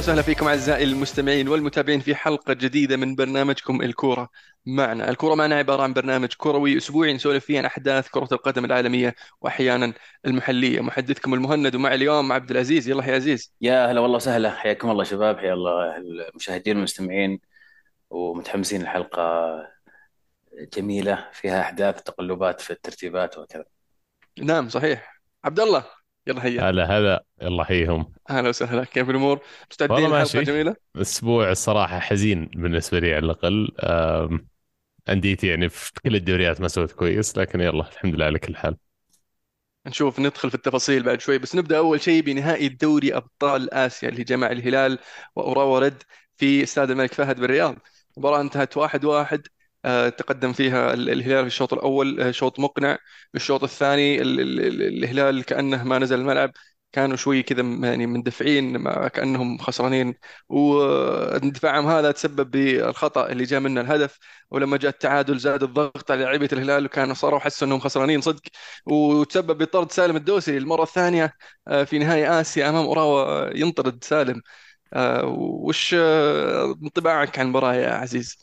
وسهلا فيكم أعزائي المستمعين والمتابعين في حلقة جديدة من برنامجكم الكورة معنا. الكورة معنا عبارة عن برنامج كروي أسبوعي نسولف فيه عن أحداث كرة القدم العالمية وأحيانا المحلية. محدثكم المهند، ومع اليوم عبد العزيز. يلا يا عزيز. يا هلا والله وسهلا، حياكم الله شباب، حيا الله المشاهدين والمستمعين. ومتحمسين الحلقة جميلة فيها أحداث تقلبات في الترتيبات وكذا. نعم صحيح. عبد الله، يلا هيا. هلا هلا، يلا حيهم. أهلا وسهلا، كيف الأمور؟ والله مستعدين لحلقة ماشي. جميلة؟ اسبوع الصراحه حزين بالنسبه لي على الاقل. انديتي يعني في كل الدوريات ما سوت كويس، لكن يلا الحمد لله على كل حال. نشوف ندخل في التفاصيل بعد شوي، بس نبدأ أول شيء بنهائي دوري أبطال آسيا اللي جمع الهلال وأوراوا رد في استاد الملك فهد بالرياض. المباراة انتهت 1-1. تقدم فيها الهلال في الشوط الأول، شوط مقنع. الشوط الثاني الهلال كأنه ما نزل الملعب. كانوا شوي كذا يعني مندفعين، كأنهم خسرانين، واندفاعهم هذا تسبب بالخطأ اللي جاء منه الهدف. ولما جاء التعادل زاد الضغط على لعيبة الهلال، وكانوا صاروا حسوا أنهم خسرانين صدق. وتسبب بطرد سالم الدوسري المرة الثانية في نهائي آسيا أمام أوراوا. ينطرد سالم. وش انطباعك عن المباراة يا عزيز؟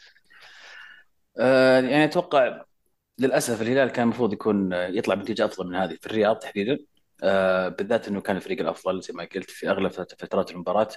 يعني أتوقع للأسف الهلال كان المفروض يكون يطلع بنتيجة أفضل من هذه في الرياض تحديدا. بالذات أنه كان الفريق الأفضل زي ما قلت في أغلب فترات المباراة.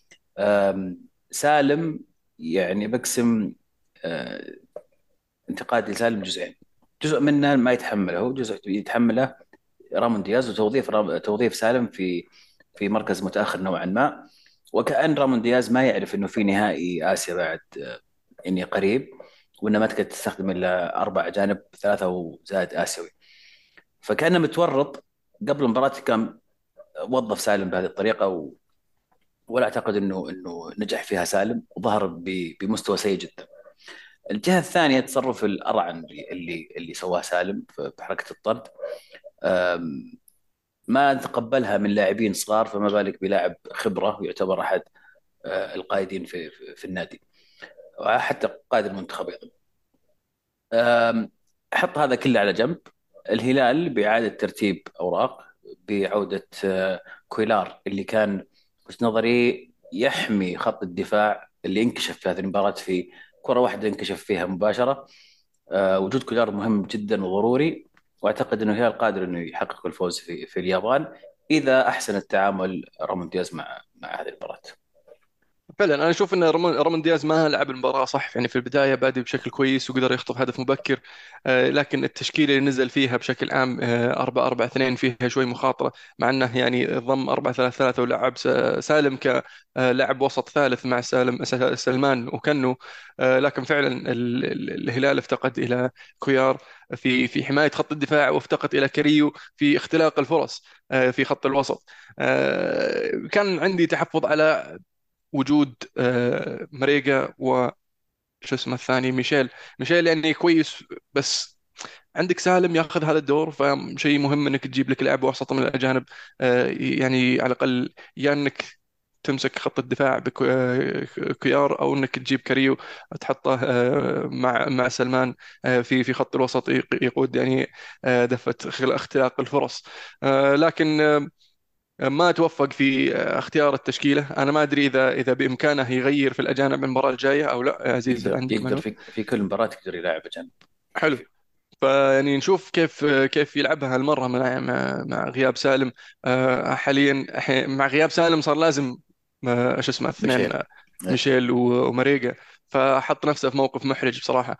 سالم، يعني بقسم آه، انتقادي لسالم جزئين. جزء منه ما يتحمله، جزء يتحمله رامون دياز، وتوظيف توظيف سالم في مركز متاخر نوعا ما. وكأن رامون دياز ما يعرف انه في نهائي اسيا بعد، اني قريب، وانه ما تقدر تستخدم الا اربع اجانب، ثلاثه وزائد اسيوي. فكانه متورط. قبل المباراه كان وظف سالم بهذه الطريقه ولا اعتقد انه نجح فيها سالم، وظهر بمستوى سيء جدا. الجهه الثانيه تصرف الارعن اللي سواه سالم في حركه الطرد. ما نتقبلها من لاعبين صغار، فما بالك بلاعب خبره ويعتبر احد القائدين في النادي، وحتى قائد المنتخب ايضا. احط هذا كله على جنب. الهلال باعاده ترتيب اوراق، بعوده كويلار اللي كان وجهة نظري يحمي خط الدفاع اللي انكشف في هذه المباراه في كره واحده انكشف فيها مباشره. وجود كولار مهم جدا وضروري. واعتقد انه الهلال قادر انه يحقق الفوز في اليابان اذا احسن التعامل رامون دياز مع هذه المباراه. فعلا انا اشوف ان رامون دياز ما لعب المباراه صح، يعني في البدايه بادئ بشكل كويس وقدر يخطف هدف مبكر. لكن التشكيله اللي نزل فيها بشكل عام 4-4-2 فيها شوي مخاطره، مع انه يعني ضم 4-3-3 ولعب سالم كلاعب وسط ثالث مع سلمان وكنو. لكن فعلا الهلال افتقد الى كويار في حمايه خط الدفاع، وافتقد الى كريو في اختلاق الفرص في خط الوسط. كان عندي تحفظ على وجود مريقا وشو اسمه الثاني ميشيل يعني كويس، بس عندك سالم ياخذ هذا الدور، فشيء مهم انك تجيب لك لاعب وسط من الاجانب. يعني على الاقل يا انك تمسك خط الدفاع بكيار، او انك تجيب كريو تحطه مع سلمان في خط الوسط يقود يعني دفة اختلاق الفرص. لكن ما توفق في اختيار التشكيلة. أنا ما أدري إذا بإمكانه يغير في الأجانب المباراة الجاية أو لا. يا عزيز، هل يقدر عندك يقدر معلومة؟ في كل مباراه يقدر يلاعب اجانب. حلو. فيعني نشوف كيف يلعبها هالمرة مع غياب سالم. حاليا مع غياب سالم صار لازم شو اسمه الاثنين ميشيل. إيه. ميشيل وماريجا. فحط نفسه في موقف محرج بصراحة.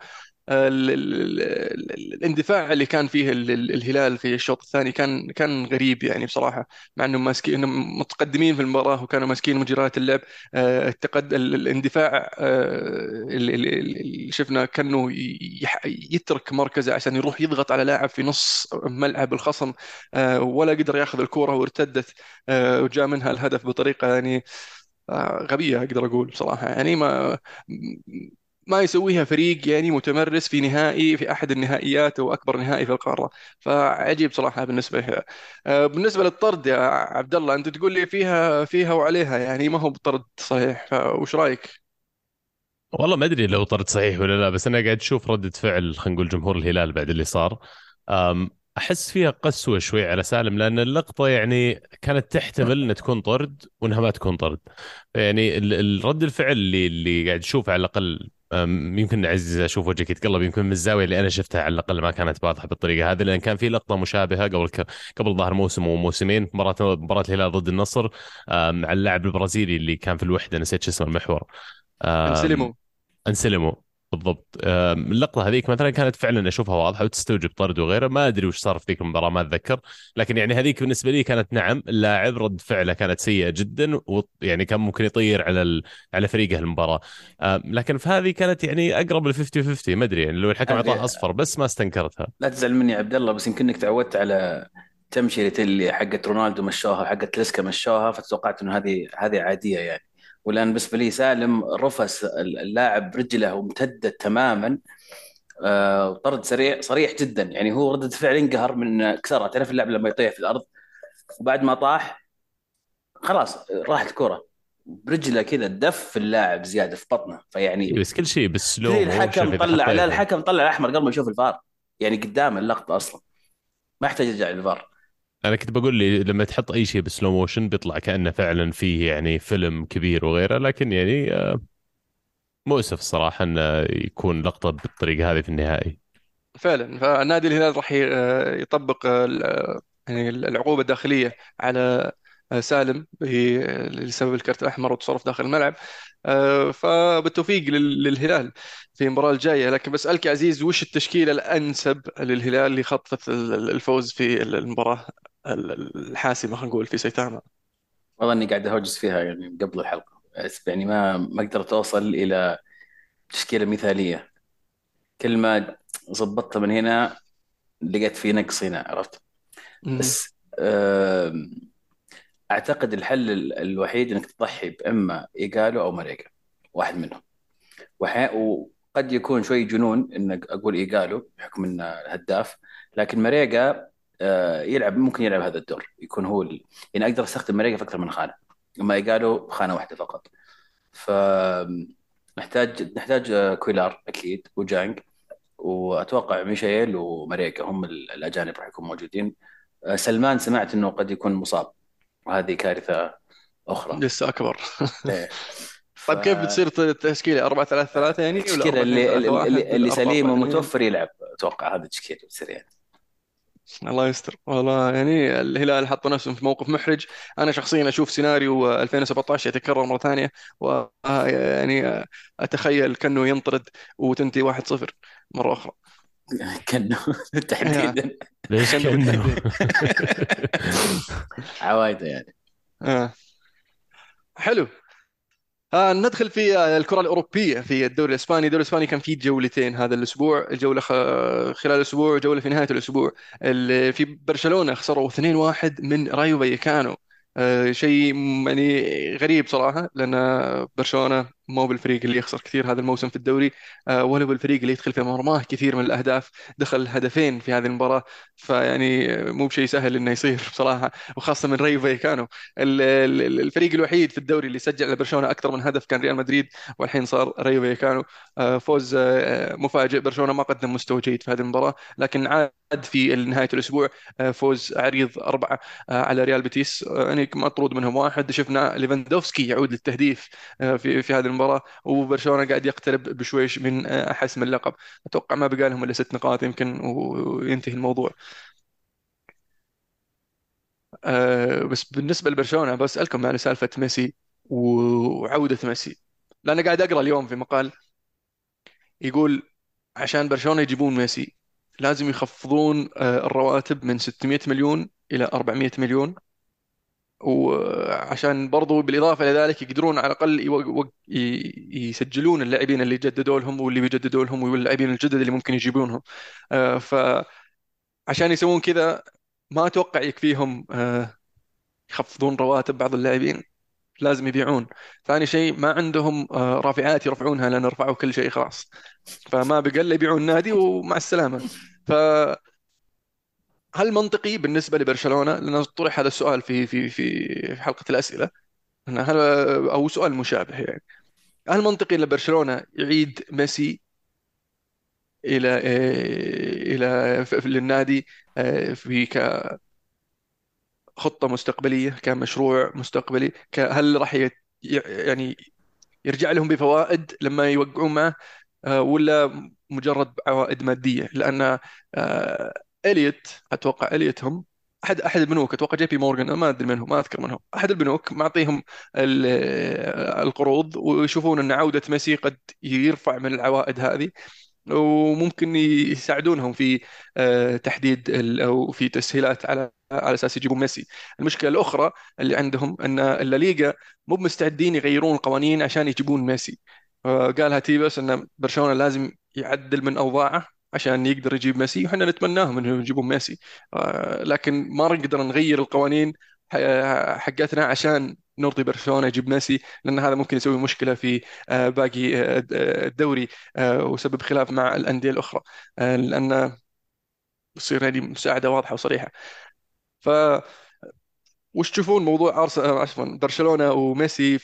الاندفاع اللي كان فيه الهلال في الشوط الثاني كان غريب يعني بصراحة. مع انهم ماسكين، انهم متقدمين في المباراة وكانوا ماسكين مجريات اللعب. الاندفاع اللي شفنا كانه يترك مركزه عشان يروح يضغط على لاعب في نص ملعب الخصم. ولا قدر ياخذ الكرة وارتدت. وجاء منها الهدف بطريقة يعني غبية أقدر أقول بصراحة. يعني ما يسويها فريق يعني متمرس في نهائي، في أحد النهائيات وأكبر نهائي في القارة. فعجيب صراحة بالنسبة لها. بالنسبة للطرد يا عبد الله، أنت تقول لي فيها وعليها، يعني ما هو بطرد صحيح، فوش رأيك؟ والله ما ادري لو طرد صحيح ولا لا، بس انا قاعد اشوف ردة فعل، خلينا نقول جمهور الهلال بعد اللي صار. احس فيها قسوه شوي على سالم، لان اللقطه يعني كانت تحتمل انها تكون طرد وانها ما تكون طرد. يعني الرد الفعل اللي قاعد اشوفه على الاقل، يمكن عزيز اشوف وجهك يتقلب، يمكن من الزاويه اللي انا شفتها على الاقل ما كانت واضحه بالطريقه هذه، لان كان في لقطه مشابهه قبل ظهر موسم وموسمين، مباراه الهلال ضد النصر، على اللاعب البرازيلي اللي كان في الوحده، نسيت شو اسمه المحور. انسلموا. انسلموا. بالضبط. اللقطة هذيك مثلا كانت فعلا اشوفها واضحة وتستوجب طرد وغيره، ما ادري وش صار في ذيك المباراة ما اتذكر. لكن يعني هذيك بالنسبة لي كانت، نعم، اللاعب رد فعله كانت سيئة جدا، ويعني كان ممكن يطير على فريقه المباراة. لكن في هذه كانت يعني اقرب ل 50 50، ما ادري يعني لو الحكم اعطاه هذه اصفر بس ما استنكرتها. لا تزعل مني يا عبد الله، بس يمكنك تعودت على تمشية اللي حقت رونالدو مشوها، حقت تلسكا مشوها، فتوقعت انه هذه عاديه يعني. والان بالنسبه لي سالم رفس اللاعب رجله وامتدت تماما. طرد سريع صريح جدا يعني، هو ردة فعل انقهر من كسرها. تعرف اللاعب لما يطيح في الارض وبعد ما طاح خلاص راحت كرة برجله كذا، دف اللاعب زياده في بطنه إيه، فيعني. بس كل شيء تدري بالسلومو، الحكم شوف اذا طلع، لا حطيته. الحكم طلع الاحمر قبل ما يشوف الفار، يعني قدام اللقطه اصلا، ما يحتاج يرجع للفار. انا كنت بقول لي لما تحط اي شيء بسلو موشن بيطلع كانه فعلا فيه يعني فيلم كبير وغيره، لكن يعني مؤسف الصراحة انه يكون لقطة بالطريقة هذه في النهائي. فعلا، فنادي الهلال راح يطبق يعني العقوبة الداخلية على سالم لسبب الكرت الأحمر والتصرف داخل الملعب. فبالتوفيق للهلال في المباراة الجاية. لكن بسألك يا عزيز، وش التشكيلة الأنسب للهلال لخطة الفوز في المباراة الحاسمة، خلينا نقول، في سيتاما؟ والله اني قاعد اهوجس فيها يعني قبل الحلقه، بس يعني ما قدرت اوصل الى تشكيله مثاليه. كل ما ظبطتها من هنا لقيت في نقص هنا، عرفت. مم. بس اعتقد الحل الوحيد انك تضحي باما ايجالو او ماريجا، واحد منهم. وقد يكون شوي جنون انك اقول ايجالو بحكم انه هداف، لكن ماريجا يلعب، ممكن يلعب هذا الدور، يكون هو يعني اقدر استخدم ماريجا في اكثر من خانه، اما ايجالو خانه واحده فقط. نحتاج كويلار اكيد وجانج، واتوقع ميشيل وماريكا هم الاجانب راح يكونوا موجودين. سلمان سمعت انه قد يكون مصاب، وهذه كارثه اخرى. لسه أكبر. إيه. طيب كيف بتصير التشكيلة؟ 4-3-3 يعني، ولا فالتشكيله 4-2-3-1 اللي ولا سليم 4-4-2؟ ومتوفر يلعب، اتوقع هذا التشكيله بتصير يعني. الله يستر والله. يعني الهلال حطوا نفسهم في موقف محرج. انا شخصيا اشوف سيناريو 2017 يتكرر مره ثانيه، ويعني اتخيل كانه ينطرد وتنتهي 1-0 مره اخرى. كانه يا تحديدا. ليش كانه كأنه؟ بالتحديد. عوايده يعني. آه. حلو. ندخل في الكرة الأوروبية. في الدوري الإسباني، الدوري الإسباني كان فيه جولتين هذا الأسبوع، جولة خلال الأسبوع، جولة في نهاية الأسبوع. في برشلونة خسروا 2-1 من رايو فايكانو. شيء يعني غريب صراحة، لأن برشلونة مو بالفريق اللي يخسر كثير هذا الموسم في الدوري، ولا بالفريق اللي يدخل في مرماه كثير من الأهداف. دخل هدفين في هذه المباراة، فيعني مو بشيء سهل إنه يصير بصراحة، وخاصة من رايو فايكانو. الفريق الوحيد في الدوري اللي سجل لبرشلونة أكثر من هدف كان ريال مدريد، والحين صار ريو فايكانو. فوز مفاجئ. برشلونة ما قدم مستوى جيد في هذه المباراة، لكن عاد في نهاية الأسبوع فوز عريض 4 على ريال بيتيس. يعني مطرود منهم واحد. شفنا ليفاندوفسكي يعود للتهديف في هذه المباراة، وبرشلونة قاعد يقترب بشويش من حسم اللقب. أتوقع ما بقى لهم إلا 6 نقاط يمكن وينتهي الموضوع. بس بالنسبة لبرشلونة بسألكم يعني سالفة ميسي وعودة ميسي، لأن قاعد أقرأ اليوم في مقال يقول عشان برشلونة يجيبون ميسي لازم يخفضون الرواتب من 600 مليون إلى 400 مليون. وعشان برضو بالإضافة إلى ذلك يقدرون على الأقل يسجلون اللاعبين اللي جددوا لهم واللي بيجددوا لهم واللاعبين الجدد اللي ممكن يجيبونهم. فعشان يسوون كذا ما أتوقع يكفيهم يخفضون رواتب بعض اللاعبين، لازم يبيعون. ثاني شيء ما عندهم رافعات يرفعونها، لأن رفعوا كل شيء خلاص. فما بقى إلا يبيعون النادي ومع السلامة. فهل منطقي بالنسبة لبرشلونة، لأن طرح هذا السؤال في حلقة الأسئلة، هل أو سؤال مشابه يعني، هل منطقي لبرشلونة يعيد ميسي للنادي في كخطة مستقبلية، كمشروع مستقبلي، هل راح يعني يرجع لهم بفوائد لما يوقعون معه، ولا مجرد عوائد مادية؟ لأن إليوت، أتوقع إليوت هم أحد البنوك، أتوقع جي بي مورغان، ما أدري منهم، ما أذكر منهم، أحد البنوك معطيهم القروض، ويشوفون أن عودة ميسي قد يرفع من العوائد هذه، وممكن يساعدونهم في تحديد أو في تسهيلات على أساس يجيبون ميسي. المشكلة الأخرى اللي عندهم أن الليغا مو مستعدين يغيرون القوانين عشان يجيبون ميسي. قالها تيبس أن برشلونة لازم يعدل من أوضاعه عشان يقدر يجيب ميسي، وحنا نتمناهم انهم يجيبون ميسي. لكن ما نقدر نغير القوانين حقتنا عشان نرضي برشلونة يجيب ميسي، لأن هذا ممكن يسوي مشكلة في باقي الدوري، وسبب خلاف مع الأندية الأخرى، لأن بصير يعني مساعدة واضحة وصريحة. ف وش تشوفون موضوع عفوا برشلونة وميسي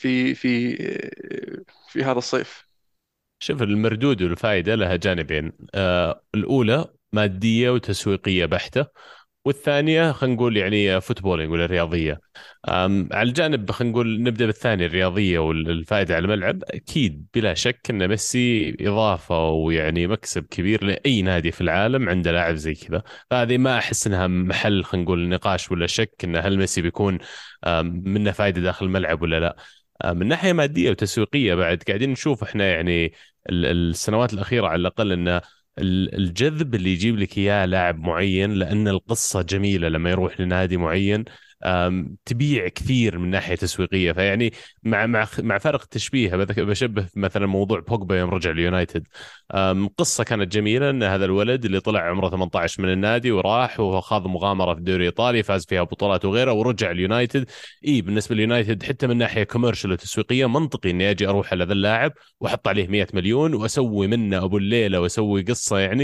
في هذا الصيف؟ شوف، المردود والفائدة لها جانبين. الأولى مادية وتسويقية بحتة، والثانية خلينا نقول يعني فوتبولينج ولا رياضية. على الجانب خلينا نقول نبدأ بالثانية الرياضية والفائدة على الملعب. أكيد بلا شك أن ميسي إضافة ويعني مكسب كبير لأي نادي في العالم عنده لاعب زي كذا. فهذه ما أحس أنها محل خلينا نقول نقاش ولا شك أن هل ميسي بيكون منه فائدة داخل الملعب ولا لا. من ناحية مادية وتسويقية بعد قاعدين نشوف احنا يعني السنوات الأخيرة على الأقل أن الجذب اللي يجيب لك اياه لاعب معين لان القصه جميله لما يروح لنادي معين، تبيع كثير من ناحيه تسويقيه. فيعني مع فارق التشبيه بشبه مثلا موضوع بوجبا يوم رجع اليونايتد. قصه كانت جميله ان هذا الولد اللي طلع عمره 18 من النادي وراح وخاض مغامره في الدوري الايطالي، فاز فيها بطولات وغيرها ورجع اليونايتد. اي بالنسبه لليونايتد حتى من ناحيه كوميرشال وتسويقيه منطقي اني اجي اروح على ذا اللاعب واحط عليه 100 مليون واسوي منه ابو الليله واسوي قصه يعني،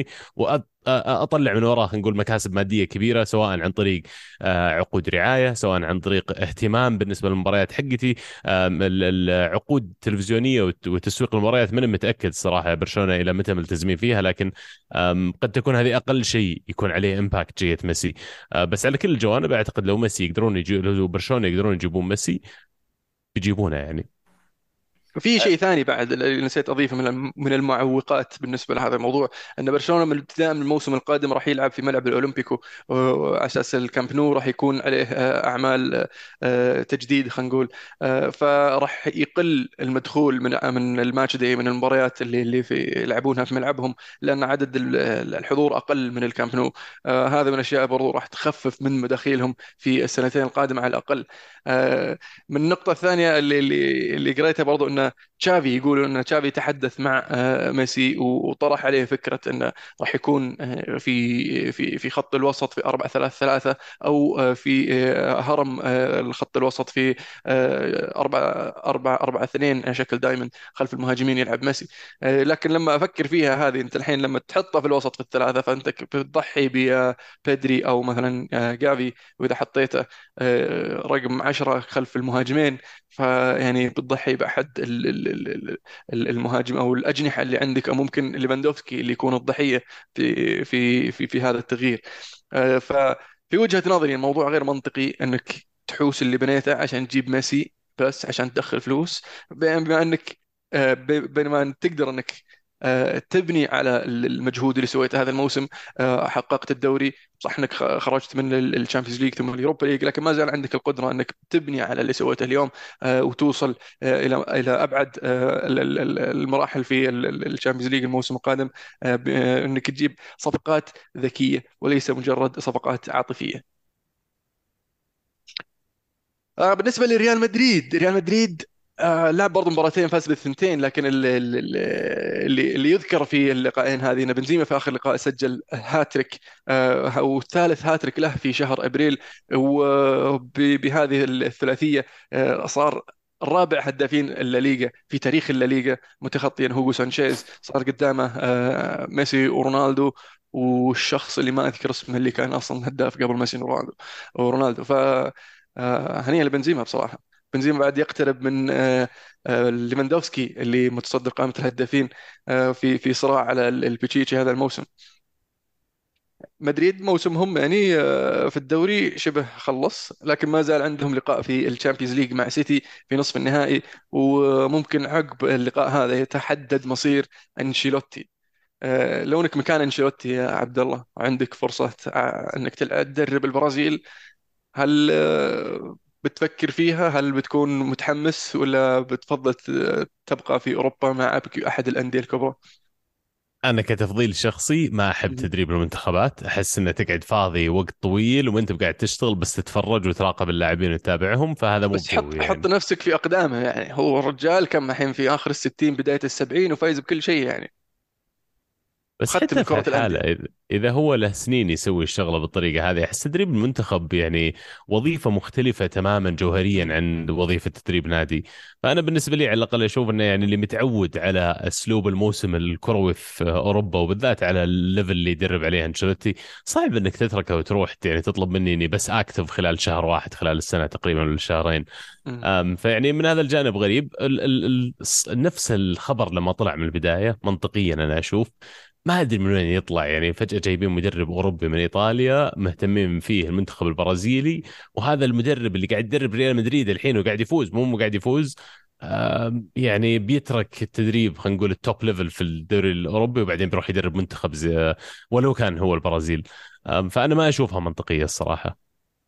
واطلع من وراه نقول مكاسب ماديه كبيره، سواء عن طريق عقود رعايه، سواء عن طريق اهتمام بالنسبه للمباريات حقتي، العقود التلفزيونيه وتسويق المباريات. من متاكد صراحه برشلونه الى متى ملتزمين فيها، لكن قد تكون هذه اقل شيء يكون عليه امباكت جيه ميسي. بس على كل الجوانب اعتقد لو ميسي يقدرون لو برشلونه يقدرون يجيبون ميسي بيجيبونه يعني. وفي شيء ثاني بعد اللي نسيت اضيفه من المعوقات بالنسبه لهذا الموضوع، ان برشلونه من ابتداء من الموسم القادم راح يلعب في ملعب الاولمبيكو، على اساس الكامب نو راح يكون عليه اعمال تجديد، خلينا نقول. فراح يقل المدخول من الماتش دي، من المباريات اللي يلعبونها في ملعبهم، لان عدد الحضور اقل من الكامب نو. هذا من الاشياء برضو راح تخفف من مداخيلهم في السنتين القادمه على الاقل. من النقطة الثانية اللي قريتها برضو، أن تشافي يقولوا أن تشافي تحدث مع ميسي وطرح عليه فكرة أنه راح يكون في خط الوسط في 4-3-3، أو في هرم الخط الوسط في 4-4-2 شكل دائما خلف المهاجمين يلعب ميسي. لكن لما أفكر فيها هذه، أنت الحين لما تحطه في الوسط في الثلاثة، فأنت بتضحي ببيدري أو مثلا جافي، وإذا حطيته رقم 10 خلف المهاجمين، فيعني بتضحي بأحد المهاجم أو الأجنحة اللي عندك، أو ممكن ليفاندوفسكي اللي يكون الضحية في هذا التغيير. ففي وجهة نظري الموضوع غير منطقي أنك تحوس اللي بنيته عشان تجيب ميسي بس عشان تدخل فلوس، بما أنك بينما أنك تقدر أنك تبني على المجهود اللي سويته هذا الموسم. حققت الدوري صح، انك خرجت من الشامبيونز ليج ثم اليوروبا ليج، لكن ما زال عندك القدره انك تبني على اللي سويته اليوم، وتوصل الى ابعد المراحل في الشامبيونز ليج الموسم القادم، انك تجيب صفقات ذكيه وليس مجرد صفقات عاطفيه. بالنسبة لريال مدريد، ريال مدريد لعب برضه مباراتين، فاز بالثنتين، لكن اللي يذكر في اللقاءين هذه ان بنزيما في اخر لقاء سجل هاتريك، وثالث هاتريك له في شهر ابريل، وبهذه الثلاثية صار الرابع هدافين الليغا في تاريخ الليغا، متخطيا هوغو سانشيز. صار قدامه ميسي ورونالدو، والشخص اللي ما اذكر اسمه اللي كان اصلا هداف قبل ميسي ورونالدو. ف هنيئا لبنزيما بصراحه. بنزيما بعد يقترب من ليفاندوفسكي اللي متصدر قائمة الهدافين في صراع على البيتشيتشي هذا الموسم. مدريد موسمهم يعني في الدوري شبه خلص، لكن ما زال عندهم لقاء في الشامبيونز ليج مع سيتي في نصف النهائي، وممكن عقب اللقاء هذا يتحدد مصير أنشيلوتي. لو انك مكان انشيلوتي يا عبد الله، عندك فرصة انك تدرب البرازيل، هل بتفكر فيها؟ هل بتكون متحمس ولا بتفضل تبقى في اوروبا مع احد الاندية الكبرى؟ انا كتفضيل شخصي ما احب مهم. تدريب المنتخبات، احس انه تقعد فاضي وقت طويل وانت قاعد تشتغل بس تتفرج وتراقب اللاعبين وتتابعهم، فهذا مو بس حط بجوي حط يعني. نفسك في اقدامه، يعني هو الرجال كم الحين في اخر الستين بداية السبعين وفايز بكل شيء يعني، بس ختم حتى في كرة هالحالة الأندية. إذا هو له سنين يسوي الشغلة بالطريقة هذه، أحس تدريب المنتخب يعني وظيفة مختلفة تماما جوهريا مهم. عن وظيفة تدريب نادي. فأنا بالنسبة لي على الأقل أشوف أنه يعني اللي متعود على أسلوب الموسم الكروي في أوروبا وبالذات على الليفل اللي يدرب عليه أنشيلوتي، صعب أنك تتركه وتروح يعني تطلب مني أني بس أكتف خلال شهر واحد خلال السنة تقريبا ولا شهرين. مهم. فيعني من هذا الجانب غريب نفس الخبر لما طلع من البداية منطقيا أنا أشوف ما ادري من وين يطلع، يعني فجأة جايبين مدرب اوروبي من ايطاليا مهتمين فيه المنتخب البرازيلي، وهذا المدرب اللي قاعد يدرب ريال مدريد الحين وقاعد يفوز مو قاعد يفوز، يعني بيترك التدريب خلينا نقول التوب ليفل في الدوري الاوروبي وبعدين بيروح يدرب منتخب زي ولو كان هو البرازيل. فانا ما اشوفها منطقية الصراحة.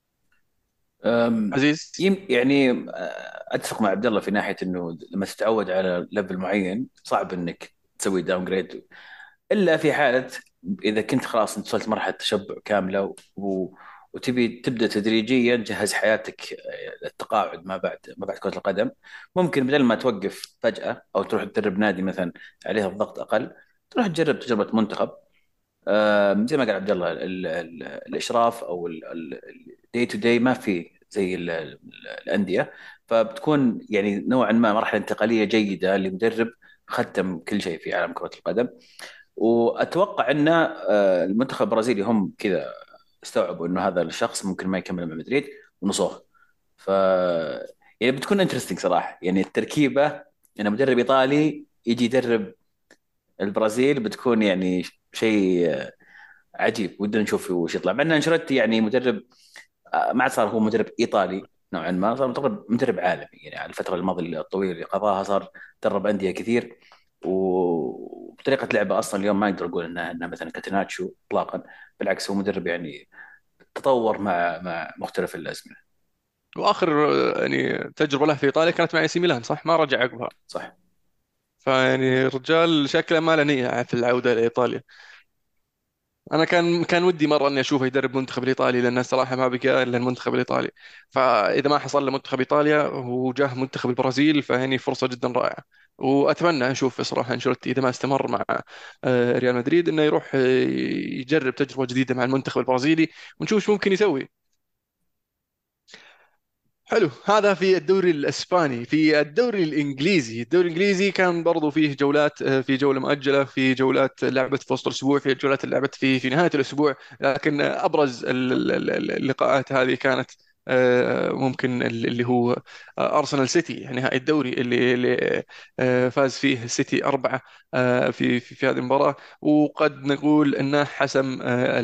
عزيز. يعني اتفق مع عبد الله في ناحيه انه لما تتعود على ليفل معين صعب انك تسوي داون جريد، الا في حاله اذا كنت خلاص انت وصلت مرحله تشبع كامله وتبي تبدا تدريجيا تجهز حياتك للتقاعد ما بعد كره القدم. ممكن بدل ما توقف فجاه او تروح تدرب نادي مثلا عليه الضغط اقل، تروح تجرب تجربه منتخب. زي ما قال عبد الله الاشراف او الدي تو دي ما في زي الانديه، فبتكون يعني نوعا ما مرحله انتقاليه جيده لمدرب ختم كل شيء في عالم كره القدم. واتوقع ان المنتخب البرازيلي هم كذا استوعبوا انه هذا الشخص ممكن ما يكمل مع مدريد ونصوه. ف يعني بتكون انترستنج صراحه، يعني التركيبه ان مدرب ايطالي يجي يدرب البرازيل بتكون يعني شيء عجيب، ودنا نشوف وش يطلع. مع ان انشيلوتي يعني مدرب ما عاد صار هو مدرب ايطالي، نوعا ما صار مدرب عالمي يعني على الفتره الماضيه الطويله اللي قضاها، صار درب انديه كثير. وبطريقه لعبه اصلا اليوم ما نقدر نقول انها مثلا كاتناتشو اطلاقا، بالعكس هو مدرب يعني تطور مع مختلف الازمنه. واخر يعني تجربة له في ايطاليا كانت مع اي سي ميلان، صح؟ ما رجع عقبها. صح. فيعني الرجال شكله ما له نية في العودة لايطاليا. انا كان ودي مره اني اشوفه يدرب المنتخب الايطالي، لان الصراحه ما بقى الا المنتخب الايطالي. فاذا ما حصل له منتخب ايطاليا وجاه منتخب البرازيل فهني فرصه جدا رائعه. واتمنى اشوف صراحه انشيلوتي اذا ما استمر مع ريال مدريد انه يروح يجرب تجربه جديده مع المنتخب البرازيلي، ونشوف شو ممكن يسوي. حلو. هذا في الدوري الاسباني. في الدوري الانجليزي، الدوري الانجليزي كان برضو فيه جولات، في جوله مؤجله، في جولات لعبت في وسط الاسبوع، في جولات لعبت في نهايه الاسبوع. لكن ابرز اللقاءات هذه كانت ممكن اللي هو ارسنال سيتي، يعني نهائي الدوري اللي فاز فيه السيتي 4 في هذه المباراه، وقد نقول انه حسم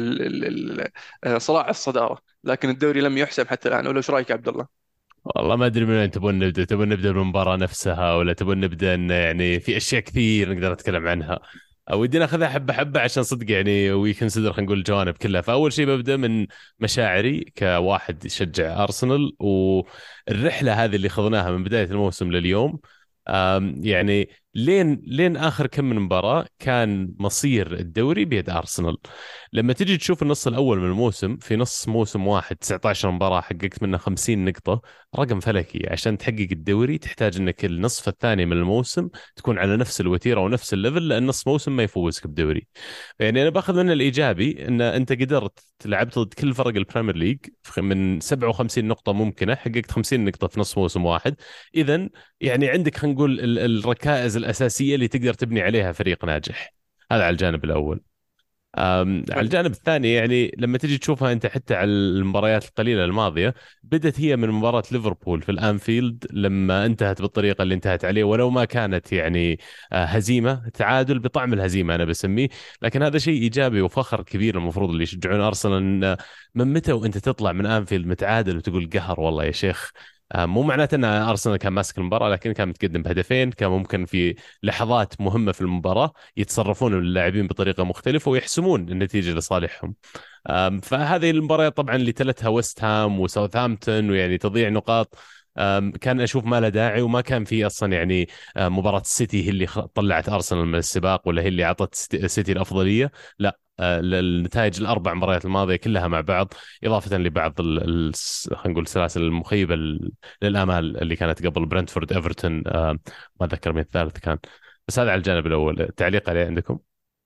صراع الصداره. لكن الدوري لم يحسم حتى الان، ولا ايش رايك يا عبد الله؟ والله ما ادري من وين تبون نبدا، تبون نبدا بالمباراه نفسها ولا تبون نبدا إن يعني في اشياء كثير نقدر نتكلم عنها، او ودي ناخذها حبه حبه عشان صدق يعني وي كونسيدر خلينا نقول الجوانب كلها. فاول شيء ببدا من مشاعري كواحد يشجع ارسنال والرحله هذه اللي خذناها من بدايه الموسم لليوم. يعني لين اخر كم من مباراه كان مصير الدوري بيد ارسنال. لما تجي تشوف النص الاول من الموسم، في نص موسم واحد 19 مباراه حققت منها 50 نقطه، رقم فلكي. عشان تحقق الدوري تحتاج انك النصف الثاني من الموسم تكون على نفس الوتيره ونفس الليفل، لان نص موسم ما يفوزك بدوري. يعني انا باخذ من الايجابي ان انت قدرت لعبت ضد كل فرق البريمير ليج من 57 نقطه ممكنه، حققت 50 نقطه في نص موسم واحد. اذا يعني عندك خلينا نقول الركائز الاساسيه اللي تقدر تبني عليها فريق ناجح. هذا على الجانب الاول. على الجانب الثاني يعني لما تجي تشوفها انت حتى على المباريات القليله الماضيه، بدت هي من مباراه ليفربول في الانفيلد لما انتهت بالطريقه اللي انتهت عليه، ولو ما كانت يعني هزيمه، تعادل بطعم الهزيمه انا بسميه. لكن هذا شيء ايجابي وفخر كبير المفروض اللي يشجعون ارسنال، إن من متى وانت تطلع من انفيلد متعادل وتقول قهر والله يا شيخ. مو معناته ان ارسنال كان ماسك المباراه، لكن كان متقدم بهدفين، كان ممكن في لحظات مهمه في المباراه يتصرفون اللاعبين بطريقه مختلفه ويحسمون النتيجه لصالحهم. فهذه المباراه طبعا اللي تلتها ويست هام وساوثهامبتون، ويعني تضييع نقاط. كان اشوف ما له داعي، وما كان في اصلا يعني مباراه السيتي هي اللي طلعت ارسنال من السباق، ولا هي اللي اعطت السيتي الافضليه. لا، النتائج الاربع مباريات الماضيه كلها مع بعض، اضافه لبعض خلينا نقول السلاسل المخيبه للامال اللي كانت قبل برنتفورد ايفرتون. ما اتذكر من الثالث كان. بس هذا على الجانب الاول، التعليق عليه عندكم؟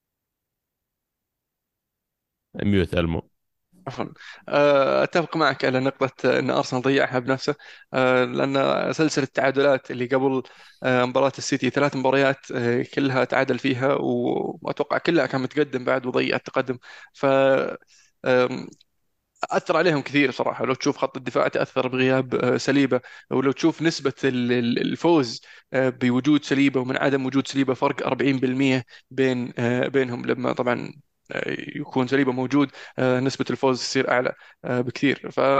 ميوت المو. عفوا. أتفق معك على نقطة أن أرسنال ضيعها بنفسه. لأن سلسلة التعادلات اللي قبل مباراة السيتي 3 مباريات كلها تعادل فيها، وأتوقع كلها كان متقدم بعد وضيع التقدم. ف آم، أثر عليهم كثير صراحة. لو تشوف خط الدفاع تأثر بغياب سليبة، ولو تشوف نسبة الفوز بوجود سليبة ومن عدم وجود سليبة فرق 40% بينهم. لما طبعا يكون سليبة موجود نسبة الفوز تصير أعلى بكثير. ف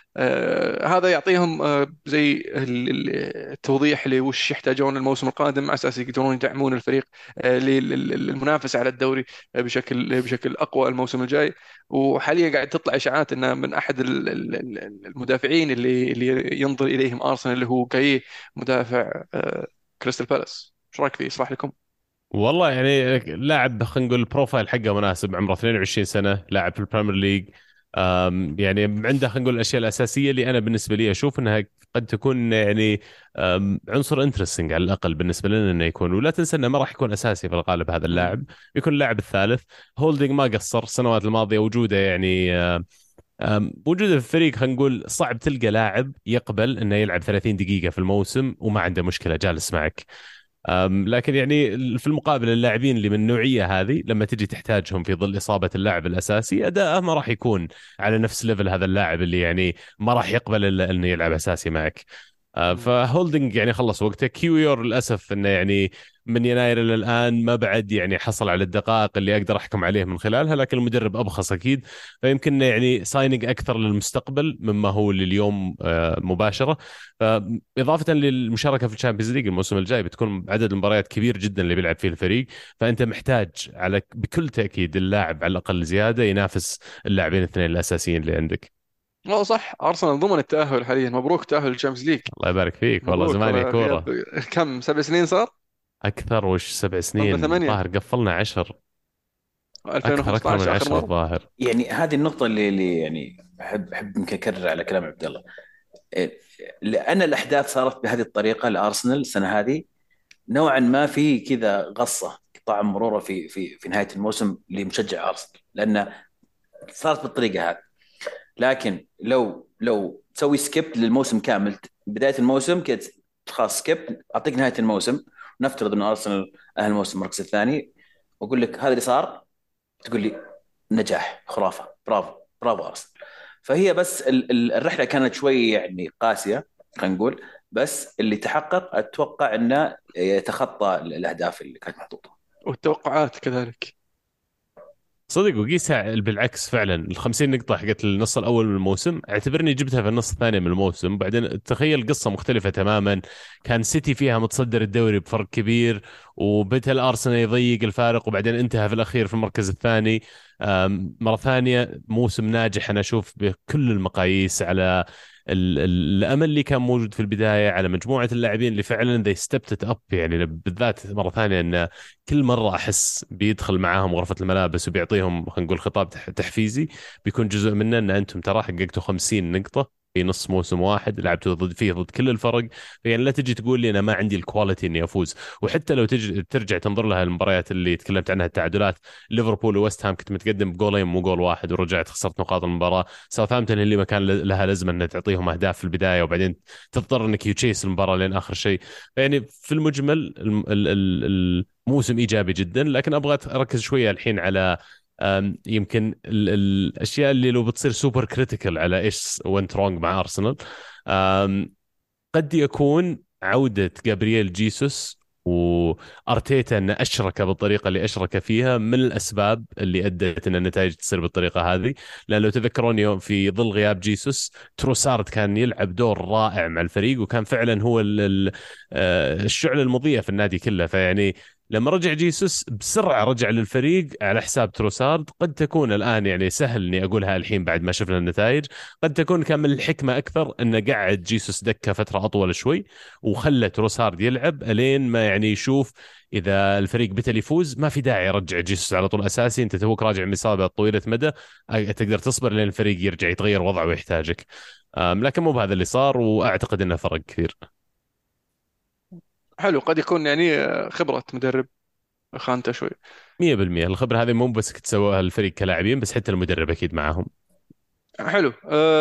هذا يعطيهم زي التوضيح لوش يحتاجون الموسم القادم على اساس يقدرون يدعمون الفريق للمنافسه على الدوري بشكل اقوى الموسم الجاي. وحاليا قاعد تطلع اشاعات ان من احد المدافعين اللي ينظر اليهم ارسنال اللي هو جاي، مدافع كريستال بالاس. ايش رايك فيه؟ يصلح لكم؟ والله يعني لاعب خلينا نقول البروفايل حقه مناسب، عمره 22 سنه، لاعب في البريمير ليج. يعني عنده خلينا نقول الاشياء الاساسيه اللي انا بالنسبه لي اشوف انها قد تكون يعني عنصر انترستنج على الاقل بالنسبه لنا انه يكون. ولا تنسى انه ما راح يكون اساسي في الغالب هذا اللاعب، بيكون اللاعب الثالث. هولدنج ما قصر السنوات الماضيه، وجوده يعني وجوده في الفريق خلينا نقول صعب تلقى لاعب يقبل انه يلعب 30 دقيقه في الموسم وما عنده مشكله جالس معك. لكن يعني في المقابل اللاعبين اللي من النوعية هذه لما تجي تحتاجهم في ظل إصابة اللاعب الأساسي، أداءه ما راح يكون على نفس ليفل هذا اللاعب اللي يعني ما راح يقبل إلا أنه يلعب أساسي معك. فهولدنج يعني خلص وقته. كيويور للأسف أنه يعني من يناير إلى الآن ما بعد يعني حصل على الدقائق اللي أقدر أحكم عليه من خلالها، لكن المدرب أبخص أكيد. فيمكن يعني سايننج أكثر للمستقبل مما هو لليوم مباشرة. فإضافة للمشاركة في الشامبيونز ليج الموسم الجاي بتكون عدد المباريات كبير جدا اللي بيلعب فيه الفريق، فأنت محتاج على بكل تأكيد اللاعب على الأقل زيادة ينافس اللاعبين الاثنين الأساسيين اللي عندك. والله صح، ارسنال ضمن التاهل حاليا. مبروك تاهل الشامبيونز ليج. الله يبارك فيك، والله مبروك، زمان يا ترى غياب كورة. كم 7 سنين صار أكثر، وش 7 سنين؟ 8؟ ظاهر قفلنا 10. أكثر من 2015 اخر 10 مره. الظاهر. يعني هذه النقطة اللي يعني أحب يمكن أكرر على كلام عبد الله. لأن الأحداث صارت بهذه الطريقة لأرسنال السنة هذه، نوعا ما في كذا غصة طعم مرورة في نهاية الموسم لمشجع أرسنال، لأن صارت بالطريقة هذه. لكن لو تسوي سكيب للموسم كامل، بداية الموسم كده خلاص سكيب، أعطيك نهاية الموسم، نفترض أن أرسنال أهل الموسم المركز الثاني، وأقول لك هذا اللي صار، تقول لي نجاح، خرافة، برافو برافو أرسنال. فهي بس الرحلة كانت شوي يعني قاسية خلينا نقول، بس اللي تحقق أتوقع أنه يتخطى الأهداف اللي كانت محطوطة. والتوقعات كذلك. صدق، وقيسها بالعكس فعلا. ال 50 نقطة حقت النص الأول من الموسم اعتبرني جبتها في النص الثاني من الموسم. بعدين تخيل قصة مختلفة تماما، كان سيتي فيها متصدر الدوري بفرق كبير، وبدأ الأرسنال يضيق الفارق، وبعدين انتهى في الأخير في المركز الثاني. مرة ثانية موسم ناجح أنا أشوف بكل المقاييس، على الامل اللي كان موجود في البدايه، على مجموعه اللاعبين اللي فعلا ذي ستبت اب. يعني بالذات مره ثانيه ان كل مره احس بيدخل معاهم غرفه الملابس وبيعطيهم خلينا نقول خطاب تحفيزي، بيكون جزء منه ان انتم ترى حققتوا 50 نقطه في نص موسم واحد لعبتوا ضد كل الفرق. يعني لا تجي تقول لي انا ما عندي الكواليتي اني افوز. وحتى لو تجي ترجع تنظر لها المباريات اللي تكلمت عنها التعادلات، ليفربول وويست هام كنت متقدم بجولين مو جول واحد ورجعت خسرت نقاط المباراه. ساوثهامبتون اللي ما كان لها لازمه انها تعطيهم اهداف في البدايه وبعدين تضطر انك يوتشيس المباراه لين اخر شيء. يعني في المجمل الموسم ايجابي جدا، لكن ابغى اركز شويه الحين على يمكن الاشياء اللي لو بتصير سوبر كريتيكال على ايش وينت رونج مع ارسنال، قد يكون عودة جابرييل جيسوس وارتيتا انه اشرك بالطريقه اللي اشرك فيها من الاسباب اللي ادت ان النتائج تصير بالطريقه هذه. لان لو تذكرون يوم في ظل غياب جيسوس، تروسارد كان يلعب دور رائع مع الفريق، وكان فعلا هو الشعله المضيئه في النادي كله. فيعني لما رجع جيسوس بسرعه رجع للفريق على حساب تروسارد. قد تكون الان يعني سهل اني اقولها الحين بعد ما شفنا النتائج، قد تكون كان من الحكمه اكثر انه قعد جيسوس دكه فتره اطول شوي، وخلى تروسارد يلعب الين ما يعني يشوف اذا الفريق بتل يفوز. ما في داعي يرجع جيسوس على طول اساسي، انت توك راجع من اصابه طويله مدى، تقدر تصبر لين الفريق يرجع يتغير وضعه ويحتاجك. لكن مو بهذا اللي صار، واعتقد انه فرق كثير. حلو، قد يكون يعني خبرة مدرب خانته شوي. 100% الخبره هذه مو بس تسووها الفريق كلاعبين، بس حتى المدرب اكيد معاهم. حلو.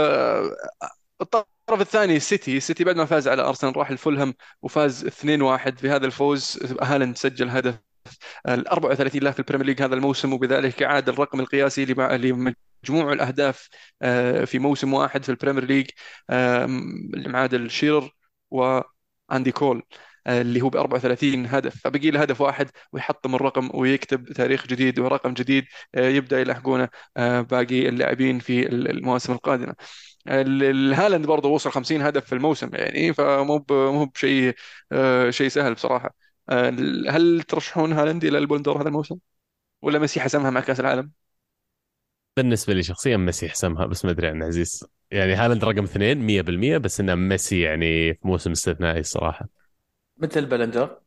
الطرف الثاني السيتي بعد ما فاز على أرسنال راح الفولهام وفاز 2-1. في هذا الفوز هالاند سجل هدف ال 34 لاعب في البريمير ليج هذا الموسم، وبذلك عاد الرقم القياسي لمجموع الأهداف في موسم واحد في البريمير ليج، اللي معادل شيرر وأندي كول، اللي هو ب 34 هدف. فبقي له هدف واحد ويحطم الرقم ويكتب تاريخ جديد ورقم جديد يبدأ يلحقونه باقي اللاعبين في المواسم القادمة. الهالاند برضه وصل 50 هدف في الموسم يعني، مو بشيء شيء سهل بصراحة. هل ترشحون هالاند إلى البلندور هذا الموسم، ولا ميسي حسمها مع كأس العالم؟ بالنسبه لي شخصيا ميسي حسمها، بس ما ادري عن عزيز. يعني هالاند رقم اثنين 100%، بس انه ميسي يعني في موسم استثنائي الصراحه. مثل البلندور.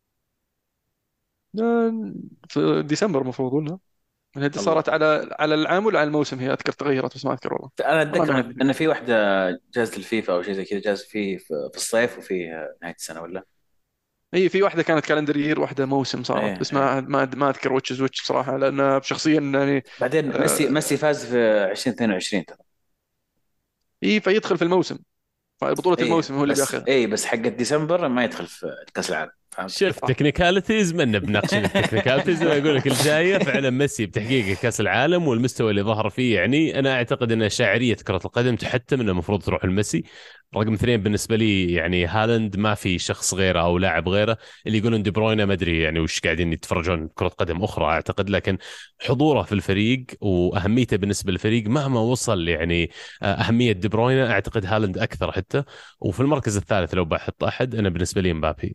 في ديسمبر المفروض، ولا هي والله صارت على العام ولا على الموسم؟ هي أذكر تغيرت بس ما أذكر والله. انا والله ما اتذكر عندي ان فكرة. في واحده جائزه الفيفا او شيء زي كذا، جائزه في الصيف وفي نهايه السنه ولا. هي في واحدة كانت كالندر يير، واحدة موسم صارت، ايه بس ايه. ما أذكر وش بصراحة، لأن شخصيا يعني بعدين ميسي آه، فاز في 2022 ترى. هي فيدخل في الموسم، فبطولة ايه الموسم هو اللي بس بياخذها. ايه بس حق ديسمبر ما يدخل في كاس العالم، فهمت. شوف تكنيكاليتيز منا بناقشين التكنيكاليتيز، واقول لك الجايه فعلا ميسي بتحقيق كاس العالم والمستوى اللي ظهر فيه. يعني انا اعتقد ان شاعريه كره القدم تحتم انه المفروض تروح لميسي. رقم اثنين بالنسبه لي يعني هالاند، ما في شخص غيره او لاعب غيره. اللي يقولون دي بروينا ما ادري يعني وش قاعدين يتفرجون كره قدم اخرى اعتقد، لكن حضوره في الفريق واهميته بالنسبه للفريق مهما وصل يعني اهميه دي بروينا، اعتقد هالاند اكثر حتى. وفي المركز الثالث لو بحط احد، انا بالنسبه لي مبابي.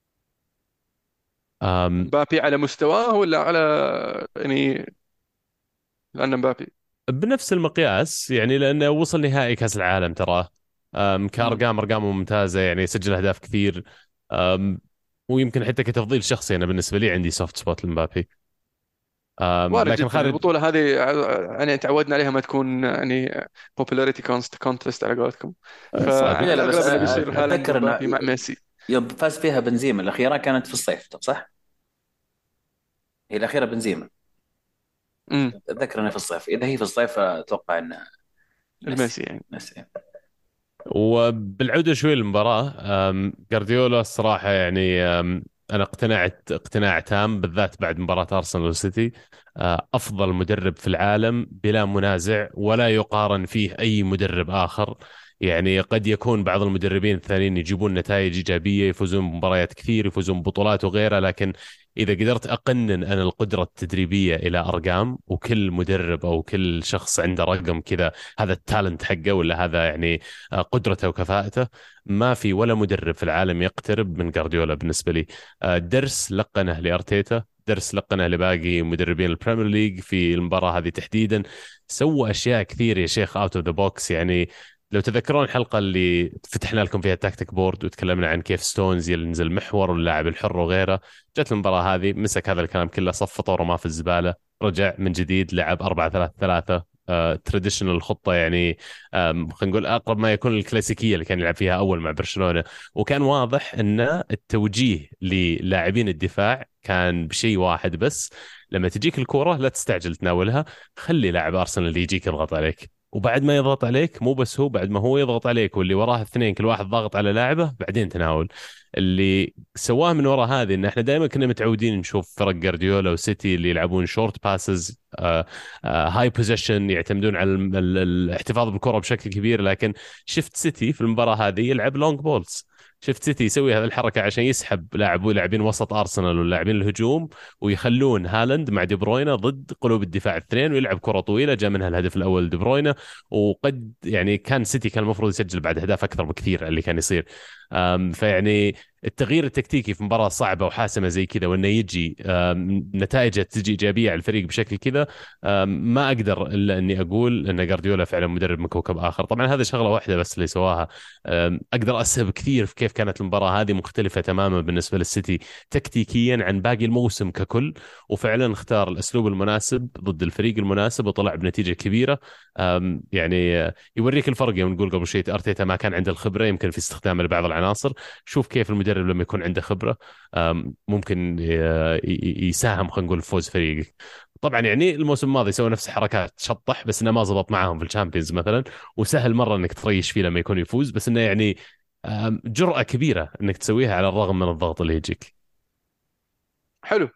مبابي على مستواه ولا على يعني، لأن مبابي. بنفس المقياس يعني، لانه وصل نهائي كاس العالم تراه. مم. كارقام ارقامه ممتازه، يعني سجل اهداف كثير. أم، ويمكن حتى كتفضيل شخصي انا بالنسبه لي عندي سوفت سبوت لمبابي. وارد لكن جدا. خالد. البطولة هذه يعني تعودنا عليها ما تكون يعني popularity contest على قولتكم، صادق. لا لا بس فالأغلب اللي بيصير هالاند اتذكر انه ومبابي مع ميسي. يوم فاز فيها بنزيما الاخيره كانت في الصيف، طب صح؟ هي الاخيره بنزيما. امم اتذكر انها في الصيف، اذا هي في الصيف اتوقع ان ميسي. الميسي يعني. ميسي. وبالعوده شوي للمباراه، جارديولا الصراحه يعني انا اقتنعت اقتناع تام، بالذات بعد مباراه ارسنال والسيتي. افضل مدرب في العالم بلا منازع، ولا يقارن فيه اي مدرب اخر. يعني قد يكون بعض المدربين الثانيين يجيبون نتائج ايجابيه، يفوزون بمباريات كثير، يفوزون ببطولات وغيرها، لكن اذا قدرت اقنن انا القدره التدريبيه الى ارقام، وكل مدرب او كل شخص عنده رقم كذا، هذا التالنت حقه ولا هذا يعني قدرته وكفاءته، ما في ولا مدرب في العالم يقترب من جارديولا بالنسبة لي. درس لقنه لأرتيتا، درس لقنه لباقي مدربين البريمير ليج في المباراة هذه تحديدا. سوى أشياء كثير يا شيخ اوت اوف ذا بوكس يعني. لو تذكرون الحلقة اللي فتحنا لكم فيها التاكتيك بورد وتكلمنا عن كيف ستونز ينزل محور واللاعب الحر وغيره، جت المباراة هذه مسك هذا الكلام كله، صفطه ورماه في الزبالة، رجع من جديد لعب 4-3-3 تراديشنال خطة يعني. خلينا نقول أقرب ما يكون الكلاسيكية اللي كان يلعب فيها أول مع برشلونة. وكان واضح أن التوجيه للاعبين الدفاع كان بشيء واحد بس: لما تجيك الكرة لا تستعجل تناولها، خلي لاعب أرسنال اللي يجيك يضغط عليك. وبعد ما يضغط عليك، مو بس هو، بعد ما هو يضغط عليك واللي وراه اثنين كل واحد ضاغط على لاعبه، بعدين تناول. اللي سواه من وراء هذه ان احنا دائما كنا متعودين نشوف فرق جارديولا وسيتي اللي يلعبون شورت باسز، هاي بوزيشن، يعتمدون على الاحتفاظ بالكره بشكل كبير. لكن شفت سيتي في المباراه هذه يلعب لونج بولز. شفت سيتي يسوي هذه الحركه عشان يسحب لاعبين وسط ارسنال ولاعبين الهجوم، ويخلون هالاند مع دي بروينا ضد قلوب الدفاع الاثنين، ويلعب كره طويله جاء منها الهدف الاول دي بروينا. وقد يعني كان سيتي كان المفروض يسجل بعد اهداف اكثر بكثير اللي كان يصير. فيعني التغيير التكتيكي في مباراه صعبه وحاسمه زي كذا، وانه يجي نتائجه تجي ايجابيه على الفريق بشكل كذا، ما اقدر الا اني اقول ان جارديولا فعلا مدرب من كوكب اخر. طبعا هذا شغله واحده بس اللي سواها. اقدر اسهب كثير في كيف كانت المباراه هذه مختلفه تماما بالنسبه للسيتي تكتيكيا عن باقي الموسم ككل. وفعلا اختار الاسلوب المناسب ضد الفريق المناسب وطلع بنتيجه كبيره. يعني يوريك الفرق يوم نقول قبل شيء ارتيتا ما كان عنده الخبره يمكن في استخدام لبعض العناصر. شوف كيف المدرب لما يكون عنده خبره ممكن يساهم، خلينا نقول، في فوز فريقك. طبعا يعني الموسم الماضي سوى نفس حركات شطح، بس انه ما زبط معهم في الشامبيونز مثلا. وسهل مره انك تريش فيه لما يكون يفوز، بس انه يعني جرأة كبيرة انك تسويها على الرغم من الضغط اللي يجيك. حلو.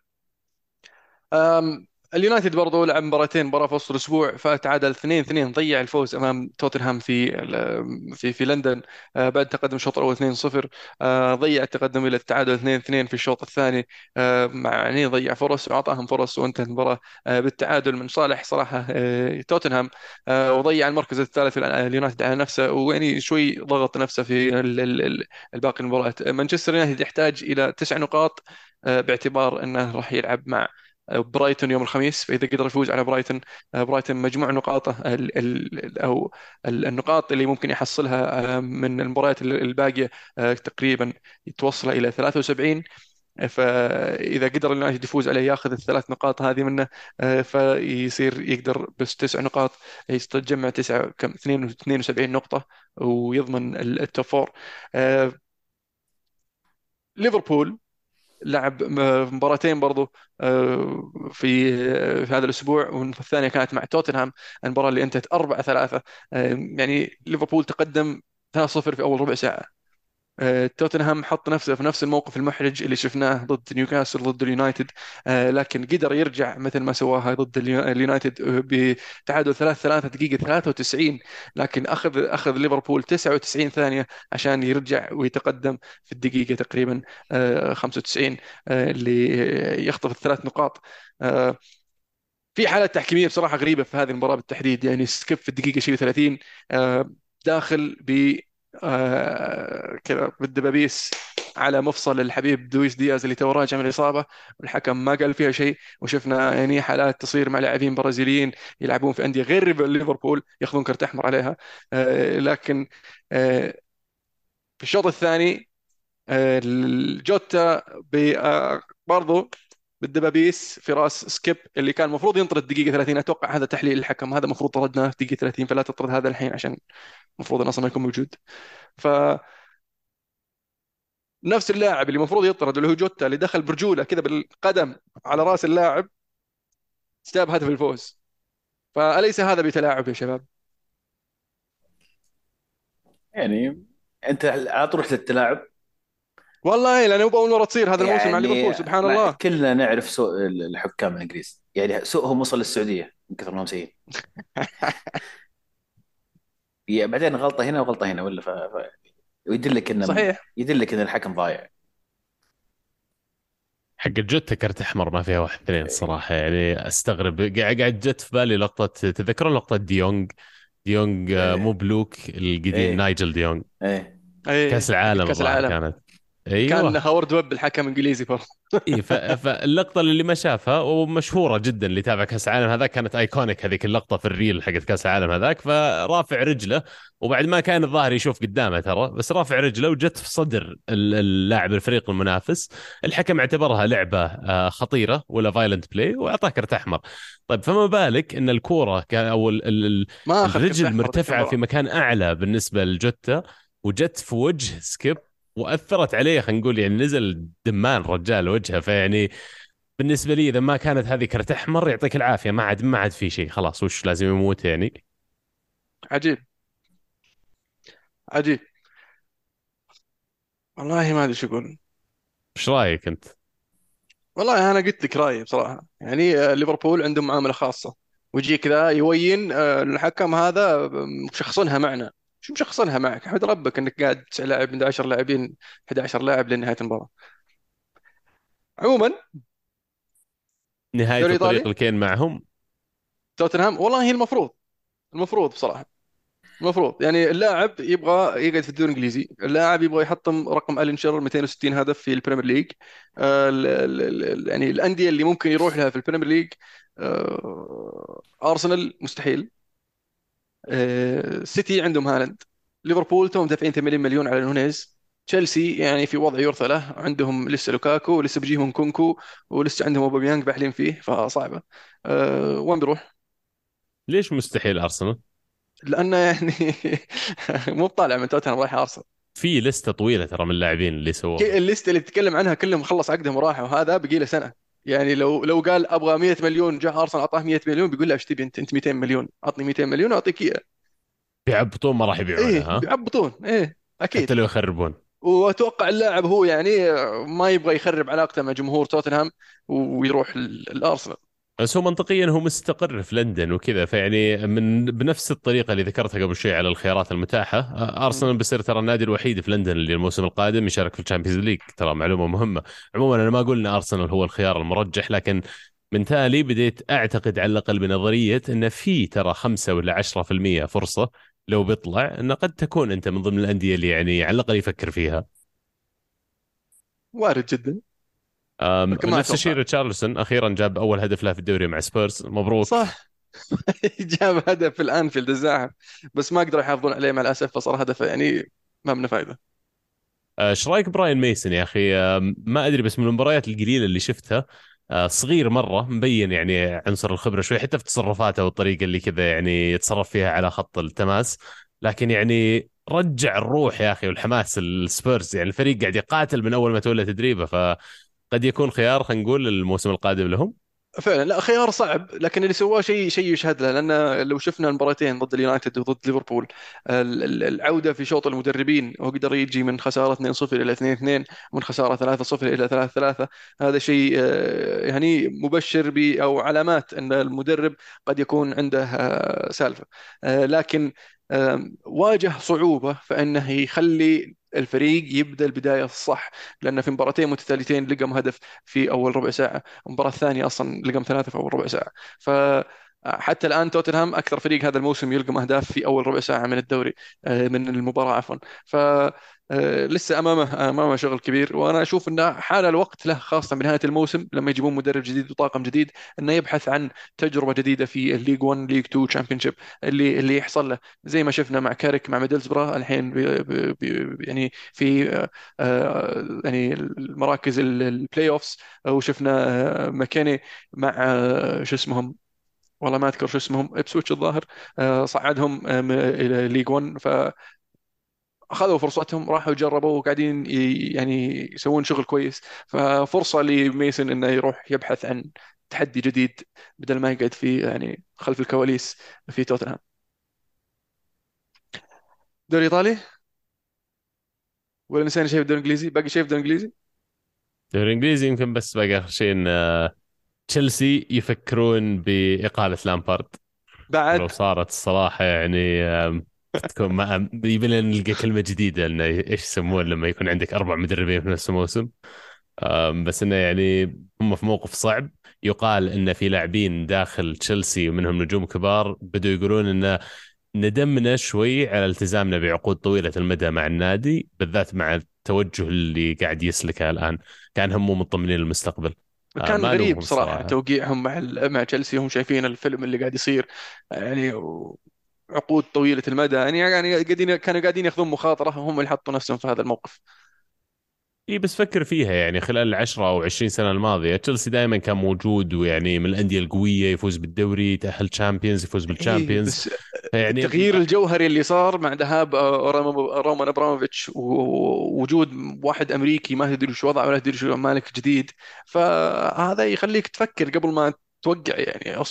اليونايتد برضو لعب مباراتين، مباراة في وسط الأسبوع فتعادل 2-2، ضيع الفوز أمام توتنهام في لندن بعد تقدم الشوط الأول 2-0. ضيع التقدم إلى التعادل 2-2 في الشوط الثاني. مع يعني ضيع فرص وأعطاهم فرص وانتهت المباراة بالتعادل من صالح صراحة توتنهام. وضيع المركز الثالث اليونايتد على نفسه، ويعني شوي ضغط نفسه في الباقي المباريات. مانشستر يونايتد يحتاج إلى 9 نقاط باعتبار أنه راح يلعب مع برايتون يوم الخميس. فإذا قدر يفوز على برايتون، برايتون مجموع نقاطه النقاط اللي ممكن يحصلها من المباريات الباقية تقريبا يتوصل إلى 73. فإذا قدر اليونايتد يفوز عليه ياخذ ال3 نقاط هذه منه، فيصير يقدر بس 9 نقاط يتجمع 9 كم 72 نقطة ويضمن التوب فور. آه، ليفربول لعب مباراتين برضو في هذا الأسبوع، والثانية كانت مع توتنهام، المباراة اللي انتهت 4-3. يعني ليفربول تقدم 2-0 في أول ربع ساعة. توتنهام حط نفسه في نفس الموقف المحرج اللي شفناه ضد نيوكاسل ضد اليونايتد. لكن قدر يرجع مثل ما سواها ضد اليونايتد بتعادل 3-3 دقيقة 93. لكن أخذ ليفربول 99 ثانية عشان يرجع ويتقدم في الدقيقة تقريبا 95 اللي يخطف ال3 نقاط. في حالة تحكيمية بصراحة غريبة في هذه المباراة بالتحديد. يعني سكيب في الدقيقة شيء 30 داخل ب كذا بالدبابيس على مفصل الحبيب دويس دياز اللي تو راجع من الإصابة، والحكم ما قال فيها شيء. وشفنا يعني حالات تصير مع لاعبين برازيليين يلعبون في أندية غير ليفربول ياخذون كرت أحمر عليها. لكن في الشوط الثاني الجوتا برضو بالدبابيس في راس سكيب اللي كان المفروض ينطرد دقيقة 30. أتوقع هذا تحليل الحكم، هذا المفروض طردناه دقيقة 30 فلا تطرد هذا الحين عشان المفروض انه اصلا ما يكون موجود. فنفس اللاعب اللي المفروض يطرد اللي هو جوتا اللي دخل برجوله كذا بالقدم على راس اللاعب استلم هدف الفوز. فأليس هذا بتلاعب يا شباب؟ يعني انت على طول رحت للتلاعب. والله لأنه هو أول مرة تصير هذا الموسم مع يعني ليفربول سبحان ما الله. كلنا نعرف سوء الحكام الانجليز، يعني سوءهم وصل للسعوديه من كثر ما هم سيئين. بعدين غلطه هنا وغلطه هنا ولا ويدلك ان صحيح. يدلك ان الحكم ضايع. حق جوتا كرت احمر ما فيها واحد اثنين الصراحه. يعني استغرب، قاعد جت في بالي لقطه، تذكرون لقطه ديونج؟ ديونج مو ايه بلوك القديم، ايه نايجل ديونج، ايه كاس اي حق العالم كأس الظاهر العالم كانت. كان ايوه. هاورد ويب الحكم انجليزي برضه. اي فاللقطه اللي ما شافها ومشهوره جدا اللي تابع كاس العالم هذاك، كانت ايكونيك هذيك اللقطه في الريل حقت كاس العالم هذاك. فرافع رجله، وبعد ما كان الظاهر يشوف قدامه ترى، بس رافع رجله وجت في صدر اللاعب الفريق المنافس. الحكم اعتبرها لعبه خطيره ولا فايلنت بلاي واعطاه كرت احمر. طيب فما بالك ان الكوره كان او ما اخذ كرت الرجل احمر ذيك مرتفعه في المباراة. مكان اعلى بالنسبه لجوتا، وجت في وجه سكيب واثرت عليه. خلينا نقول يعني نزل دمان رجال وجهه. فيعني بالنسبه لي اذا ما كانت هذه كرت احمر يعطيك العافيه، ما عاد في شيء خلاص، وش لازم يموت يعني. عجيب، عجيب. والله ما ادري شو اقول. ايش رايك انت؟ والله انا قلت لك رايي بصراحه، يعني ليفربول عندهم معامله خاصه، ويجيك ذا يوين الحكم هذا مشخصنها معنا. شو مشخصنها معك؟ احمد ربك انك قاعد 9 لاعب من 10 لاعبين، 11 لاعب لنهايه المباراه. عموما، نهايه دوري ايطالي، الطريق الكين معهم. توتنهام، والله هي المفروض، المفروض بصراحه، المفروض يعني اللاعب يبغى يقعد في الدوري الانجليزي، اللاعب يبغى يحطم رقم الين شيرر 260 هدف في البريمير ليج. يعني الانديه اللي ممكن يروح لها في البريمير ليج، ارسنال مستحيل، سيتي عندهم هالاند، ليفربول توم دافعين 80 مليون على نونيز، تشيلسي يعني في وضع يرثى له، عندهم لسه لوكاكو ولسه بيجيهم كونكو، ولسه عندهم اوباميانج باحلين فيه فصعبه. وين بيروح؟ ليش مستحيل ارسنال؟ لانه يعني مو طالع من توتنهام رايح ارسنال. في لسته طويله ترى من اللاعبين اللي سووها. الليست اللي تتكلم عنها كلهم خلص عقدهم وراحوا، وهذا بقي له سنه. يعني لو قال ابغى 100 مليون، جاء ارسنال اعطاه 100 مليون، بيقول له ايش تبي انت 200 مليون، عطني 200 مليون واعطيك اياه. بيعبطون ما راح يبيعونها ايه ها. بيعبطون، ايه حتى اكيد. لو يخربون. واتوقع اللاعب هو يعني ما يبغى يخرب علاقته مع جمهور توتنهام ويروح الارسنال. بس هو منطقيا هو مستقر في لندن وكذا، فيعني من بنفس الطريقه اللي ذكرتها قبل شوي على الخيارات المتاحه، ارسنال بيصير ترى النادي الوحيد في لندن اللي الموسم القادم يشارك في الشامبيونز ليج، ترى معلومه مهمه. عموما انا ما اقول ان ارسنال هو الخيار المرجح، لكن من تالي بديت اعتقد على الاقل بنظريه ان في ترى 5 ولا 10% فرصه لو بيطلع انه قد تكون انت من ضمن الانديه اللي يعني على الاقل يفكر فيها. وارد جدا، لكن ما نفس الشيء اتوقع. ريتشارلسون اخيرا جاب اول هدف له في الدوري مع سبيرز، مبروك. صح. جاب هدف في الانفيلد الزاحف، بس ما قدروا يحافظون عليه مع الاسف، فصار هدف يعني ما منه فائده. ايش رايك براين ميسن يا اخي؟ ما ادري بس من المباريات القليله اللي شفتها، صغير مره، مبين يعني عنصر الخبره شوي حتى في تصرفاته والطريقه اللي كذا يعني يتصرف فيها على خط التماس، لكن يعني رجع الروح يا اخي والحماس السبيرز، يعني الفريق قاعد يقاتل من اول ما تولى تدريبه، فقد يكون خيار خلينا نقول الموسم القادم لهم. فعلا لا، خيار صعب، لكن اللي سواه شيء يشهد له، لان لو شفنا المباراتين ضد اليونايتد وضد ليفربول، العوده في شوط المدربين وقدر يجي من خساره 2-0 الى 2-2، من خساره 3-0 الى 3-3. هذا شيء يعني مبشر او علامات ان المدرب قد يكون عنده سالفه. لكن واجه صعوبه فانه يخلي الفريق يبدا البدايه الصح، لان في مباراتين متتاليتين لقم هدف في اول ربع ساعه، المباراة الثانية أصلا لقم 3 في أول ربع ساعة. فحتى الآن توتنهام أكثر فريق هذا الموسم يلقم أهداف في أول ربع ساعة من الدوري، من المباراة عفوا. ف لسه امامه شغل كبير، وانا اشوف انه حان الوقت له، خاصه بنهايه الموسم لما يجيبون مدرب جديد وطاقم جديد، انه يبحث عن تجربه جديده في الليج 1 ليج 2 تشامبيونشيب، اللي يحصل له زي ما شفنا مع كاريك مع ميدلسبرا الحين يعني في يعني المراكز البلاي اوفس، وشفنا ماكيني مع شو اسمهم، والله ما اذكر شو اسمهم، ابسوتش الظاهر، صعدهم الى ليج 1، فاخذوا فرصتهم، راحوا جربوا وقاعدين يعني يسوون شغل كويس. ففرصة لميسن انه يروح يبحث عن تحدي جديد، بدل ما يقعد في يعني خلف الكواليس في توتنهام. دوري ايطالي، ولا نسينا شيء في الدوري الانجليزي؟ باقي شيء في الدوري الانجليزي الدوري الانجليزي يمكن بس باقي اخر شيء ان تشيلسي يفكرون باقاله لامبارد، ولو بعد؟ صارت الصراحه يعني بتكون ما يبي لنا نلقى كلمه جديده انه ايش يسمون لما يكون عندك 4 مدربين في نفس الموسم. بس انه يعني هم في موقف صعب. يقال ان في لاعبين داخل تشيلسي ومنهم نجوم كبار بدوا يقولون انه ندمنا شوي على التزامنا بعقود طويله المدى مع النادي، بالذات مع التوجه اللي قاعد يسلكه الان، كانهم مو مطمنين للمستقبل. كان ما غريب الومهم صراحة الصراحه. توقيعهم مع تشيلسي، هم شايفين الفيلم اللي قاعد يصير يعني، عقود طويلة المدى، يعني كانوا قاعدين ياخذون مخاطرة، هم اللي حطوا نفسهم في هذا الموقف. اي بس فكر فيها، يعني خلال العشرة او 20 سنة الماضية تشيلسي دائما كان موجود، ويعني من الأندية القوية، يفوز بالدوري، يتأهل تشامبيونز، يفوز ايه بالتشامبيونز. بس فيعني التغيير الجوهري اللي صار مع ذهاب رومان ابراموفيتش، ووجود واحد امريكي ما تدري شو وضعه ولا تدري شو مالك جديد، فهذا يخليك تفكر قبل ما توقع، يعني اصبر.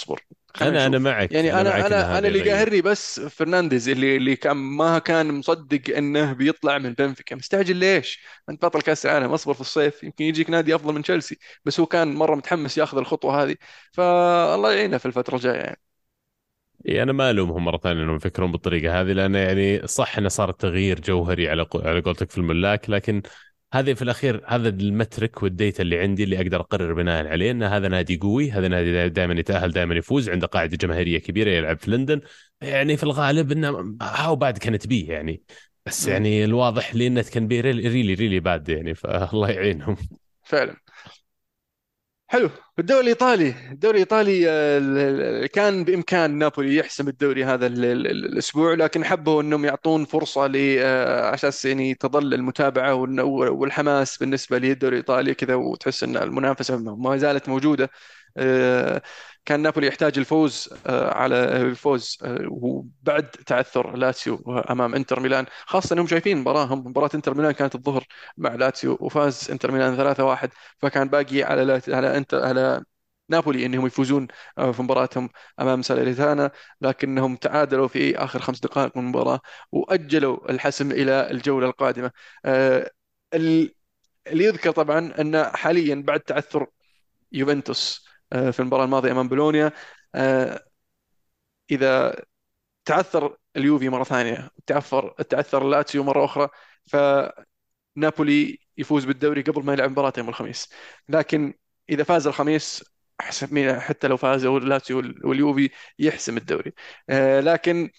خلينا انا نشوف. معك، يعني انا انا معك ان انا هذا انا اللي يغير. قاهرني بس فرنانديز، اللي كان ما كان مصدق انه بيطلع من بنفيكا. مستعجل ليش؟ انت بطل كاس العالم، اصبر في الصيف يمكن يجيك نادي افضل من تشيلسي. بس هو كان مره متحمس ياخذ الخطوه هذه، فالله يعينه في الفتره الجايه يعني. اي انا ما الومهم مره ثانيه انهم يفكرون بالطريقه هذه، لانه يعني صح انه صار تغيير جوهري على قولتك في الملاك، لكن هذه في الاخير هذا المترك والديتا اللي عندي اللي اقدر اقرر بناء عليه ان هذا نادي قوي، هذا نادي دائما يتاهل، دائما يفوز، عنده قاعده جماهيريه كبيره، يلعب في لندن. يعني في الغالب انه هاو بعد كانت بيه يعني. بس امم يعني الواضح لي انه كان بيه ريلي ريلي باد يعني، فالله يعينهم. فعلا. حلو. الدوري الإيطالي كان بإمكان نابولي يحسم الدوري هذا الأسبوع، لكن حبوا أنهم يعطون فرصة على أساس يعني تظل المتابعة والحماس بالنسبة للدوري الإيطالي كذا، وتحس أن المنافسة ما زالت موجودة. آه، كان نابولي يحتاج الفوز، على الفوز، وبعد تعثر لاتسيو امام انتر ميلان، خاصه انهم شايفين مباراه انتر ميلان كانت الظهر مع لاتسيو، وفاز انتر ميلان 3-1. فكان باقي على نابولي انهم يفوزون في مباراتهم امام ساليريتانا، لكنهم تعادلوا في اخر 5 دقائق من المباراه، واجلوا الحسم الى الجوله القادمه. آه، ال- اللي يذكر طبعا ان حاليا بعد تعثر يوفنتوس في المباراه الماضيه امام بولونيا، آه، اذا تعثر اليوفي مره ثانيه، تعثر لاتسيو مره اخرى، نابولي يفوز بالدوري قبل ما يلعب مباراة يوم الخميس. لكن إذا فاز الخميس، حسب مين، حتى لو فاز لاتسيو واليوفي، يحسم الدوري. لكن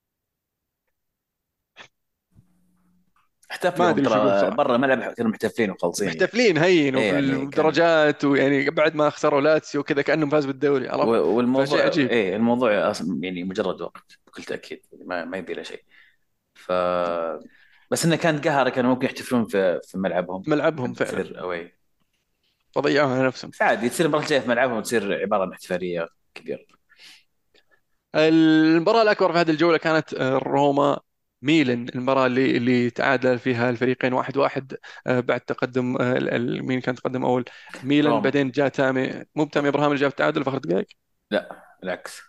ما احتفلوا أدري وش يقول ترى بصراحة. برا الملعب، كانوا محتفلين وخالصين يعني. محتفلين هين ايه وفي يعني كان الدرجات، ويعني بعد ما خسروا لاتسيو كذا كأنهم فاز بالدوري، عرفت؟ فشيء والموضوع عجيب. ايه الموضوع يعني مجرد وقت بكل تاكيد، ما يبي له شيء. ف بس انه كانت قهرة، كانوا ممكن يحتفلون في ملعبهم. ملعبهم فعلا. تصير اوي. فضيعوها نفسهم. بس عادي تصير المرة الجاية في ملعبهم، وتصير عبارة عن احتفالية كبيرة. المباراة الأكبر في هذه الجولة كانت روما ميلان، المباراة اللي تعادل فيها الفريقين 1-1، بعد تقدم، مين كان تقدم أول؟ ميلان، روما. بعدين جاء تامي، مو بتامي إبراهام اللي جاب التعادل في آخر دقائق. لا العكس.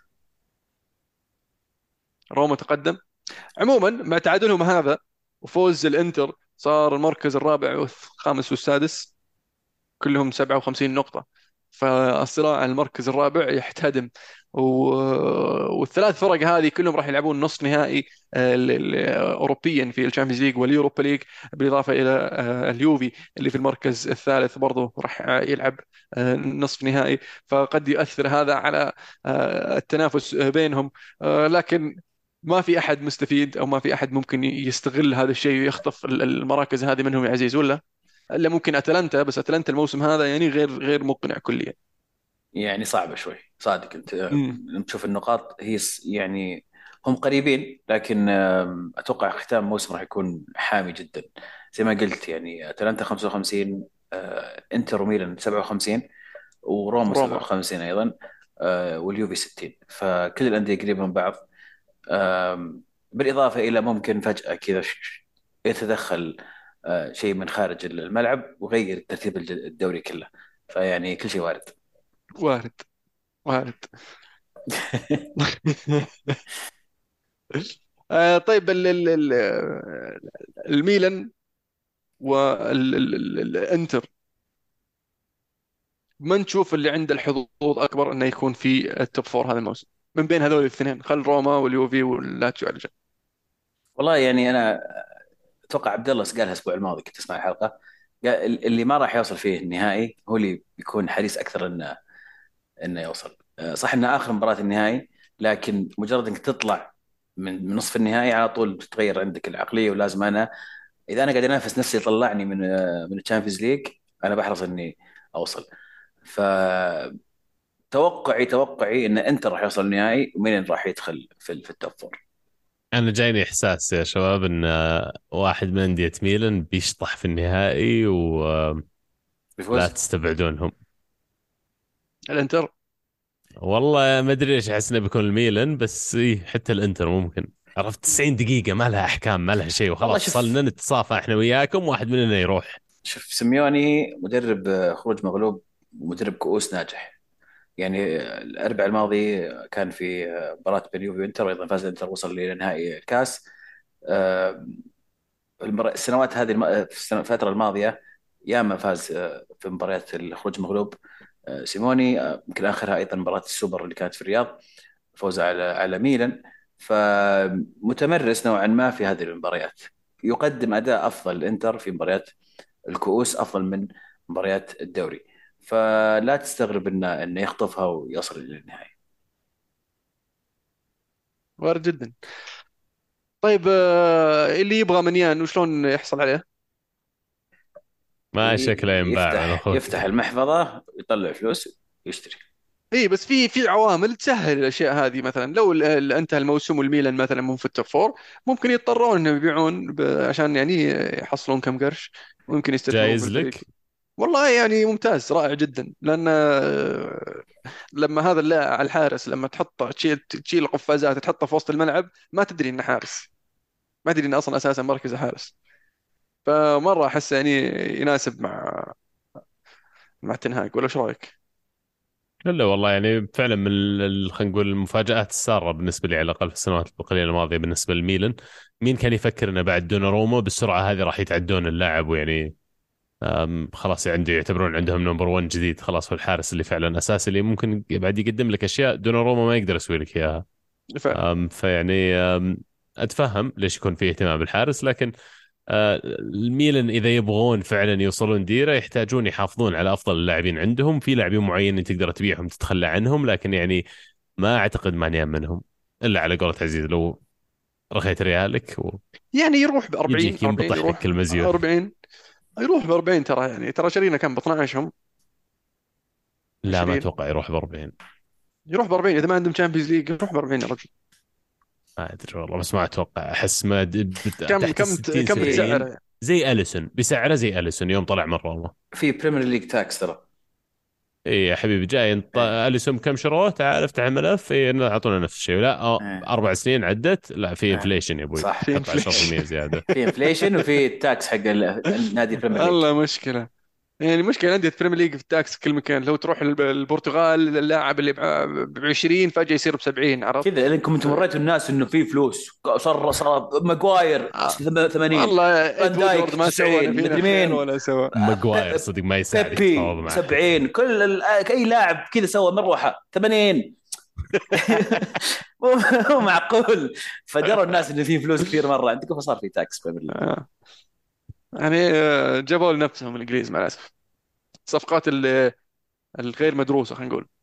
روما تقدم. عموما مع تعادلهم هذا وفوز الإنتر، صار المركز الرابع والخامس والسادس كلهم 57 نقطة. فالصراع على المركز الرابع يحتدم، والثلاث فرق هذه كلهم راح يلعبون نصف نهائي أوروبيا في الشامبيونز ليج واليوروبا ليج، بالإضافة إلى اليوفي اللي في المركز الثالث برضه راح يلعب نصف نهائي. فقد يؤثر هذا على التنافس بينهم، لكن ما في أحد مستفيد، أو ما في أحد ممكن يستغل هذا الشيء ويخطف المراكز هذه منهم يا عزيز، ولا؟ الا ممكن اتلانتا، بس اتلانتا الموسم هذا يعني غير مقنع كليا. يعني صعبة شوي صادق انت. امم لما تشوف النقاط هي يعني هم قريبين، لكن اتوقع ختام الموسم راح يكون حامي جدا. زي ما قلت يعني اتلانتا 55، انتر وميلان 57، وروما روما. 57 ايضا، واليوفي 60. فكل الانديه قريبه من بعض. بالاضافه الى ممكن فجاه كذا يتدخل شيء من خارج الملعب ويغير ترتيب الدوري كله. فيعني كل شيء وارد. وارد. وارد. طيب، الميلان والانتر، من تشوف اللي عنده الحظوظ اكبر انه يكون في التوب فور هذا الموسم من بين هذول الاثنين؟ خل روما واليوفي واللاتسيو على جنب. والله يعني انا اتوقع عبد الله قالها الاسبوع الماضي، كنت اسمع الحلقه. قال اللي ما راح يوصل فيه النهائي هو اللي بيكون حريص اكثر انه يوصل. صح انه اخر مباراه النهائي، لكن مجرد انك تطلع من نصف النهائي على طول بتتغير عندك العقليه. ولازم انا اذا انا قاعد انافس نفسي يطلعني من الشامبيونز ليج، انا بحرص اني اوصل. فتوقعي توقعي ان انت راح يوصل النهائي، ومين راح يدخل في التوب فور. انا جايني احساس يا شباب ان واحد من انديه ميلان بيشطح في النهائي، ولا بيفوز. تستبعدونهم. الانتر. والله ما ادري ليش احس انه بيكون الميلان، بس إيه حتى الانتر ممكن. عرفت 90 دقيقة ما لها احكام، ما لها شيء، والله وخلاص شوف. وصلنا نتصافى احنا وياكم، واحد مننا يروح. سيميوني مدرب خروج مغلوب، ومدرب كؤوس ناجح. يعني الاربعاء الماضي كان في مباراه بين يوفي وانتر، وايضا فاز الانتر، وصل الى نهائي الكاس. آه، السنوات هذه في الفتره الماضيه ياما فاز في مباريات الخروج مغلوب سيموني. يمكن اخرها ايضا مباراه السوبر اللي كانت في الرياض، فوزه على ميلان. فمتمرس نوعا ما في هذه المباريات، يقدم اداء افضل الانتر في مباريات الكؤوس، افضل من مباريات الدوري. فلا تستغرب انه يخطفها ويصل الى النهايه. وارد جدا. طيب اللي يبغى منيان وشلون يحصل عليه؟ ما شكله ينباع من اخوك. يفتح المحفظه ويطلع فلوس ويشتري. اي بس في عوامل تسهل الاشياء هذه. مثلا لو انتهى الموسم والميلان مثلا مو في التوب فور، ممكن يضطرون انهم يبيعون عشان يعني يحصلون كم قرش، ويمكن يستثمرون في جايز الفريق. لك. والله يعني ممتاز، رائع جدا. لان لما هذا اللاعب الحارس لما تحطه تشيل قفازات تحطه في وسط الملعب، ما تدري انه حارس، ما تدري انه اصلا اساسا مركزه حارس. فمره احس يعني يناسب مع تنهاج. ولا ايش رايك؟ لا والله يعني فعلا من خلينا نقول المفاجآت السارة بالنسبة لي على الأقل في السنوات القليلة الماضية بالنسبة للميلان. مين كان يفكر أنه بعد دوناروما بالسرعة هذه راح يتعدون اللاعب، ويعني خلاص يعني يعتبرون عندهم نمبر 1 جديد خلاص، هو الحارس اللي فعلا أساسي اللي ممكن بعد يقدم لك أشياء دوناروما ما يقدر يسوي لك إياها. فعلا. فيعني أتفهم ليش يكون فيه اهتمام بالحارس، لكن الميلان اذا يبغون فعلا يوصلون ديره يحتاجون يحافظون على افضل اللاعبين عندهم. في لاعبين معينين تقدر تبيعهم تتخلى عنهم، لكن يعني ما اعتقد ماني منهم، الا على قولة عزيز لو رخيت ريالك يعني يروح ب 40 ويجيك 40 ينبطح لك يروح كل مزيون. 40 يروح ب 40. ترى يعني ترى شارينا كم ب 12 هم. لا ما 20 اتوقع يروح ب 40. يروح ب 40 اذا ما عندهم تشامبيونز ليج. يروح ب 40 يا رجل. ما ادري والله، بس ما اتوقع. احس ما كم تحت ال كم 60 كم بتسعره 70. يعني؟ زي اليسون، بيسعره زي اليسون يوم طلع من روما. في بريمير ليج تاكس ترى. اي يا حبيبي، جاي ايه. اليسون كم شروه، تعال افتح ملف اعطونا نفس الشيء. لا ايه. 4 سنين عدت، لا في ايه. انفليشن يا ابوي، صح. في حط انفليشن. 10% زياده. في انفليشن وفي التاكس حق النادي البريمير ليج. الله مشكلة. يعني مشكلة عندي البريمير ليج في التاكس في كل مكان. لو تروح البرتغال اللاعب اللي ب 20 فجأة يصير ب 70. عرفت؟ كذا لانكم انتم وريتوا الناس انه في فلوس. صار ماجواير آه. 80، والله فان دايك وورد ما سوى 90، فينا مدري خير مين، ولا سوى. ماجواير صدق ما يساعدك تتفاوض بيبي معه. 70، اي لاعب كذا سوى مروحه 80. مو معقول. فدروا الناس انه في فلوس كثير مره عندكم، فصار في تاكس بريمير ليج. آه. يعني جابوا لنفسهم الانجليز مع الاسف. الصفقات الغير مدروسة خلينا نقول.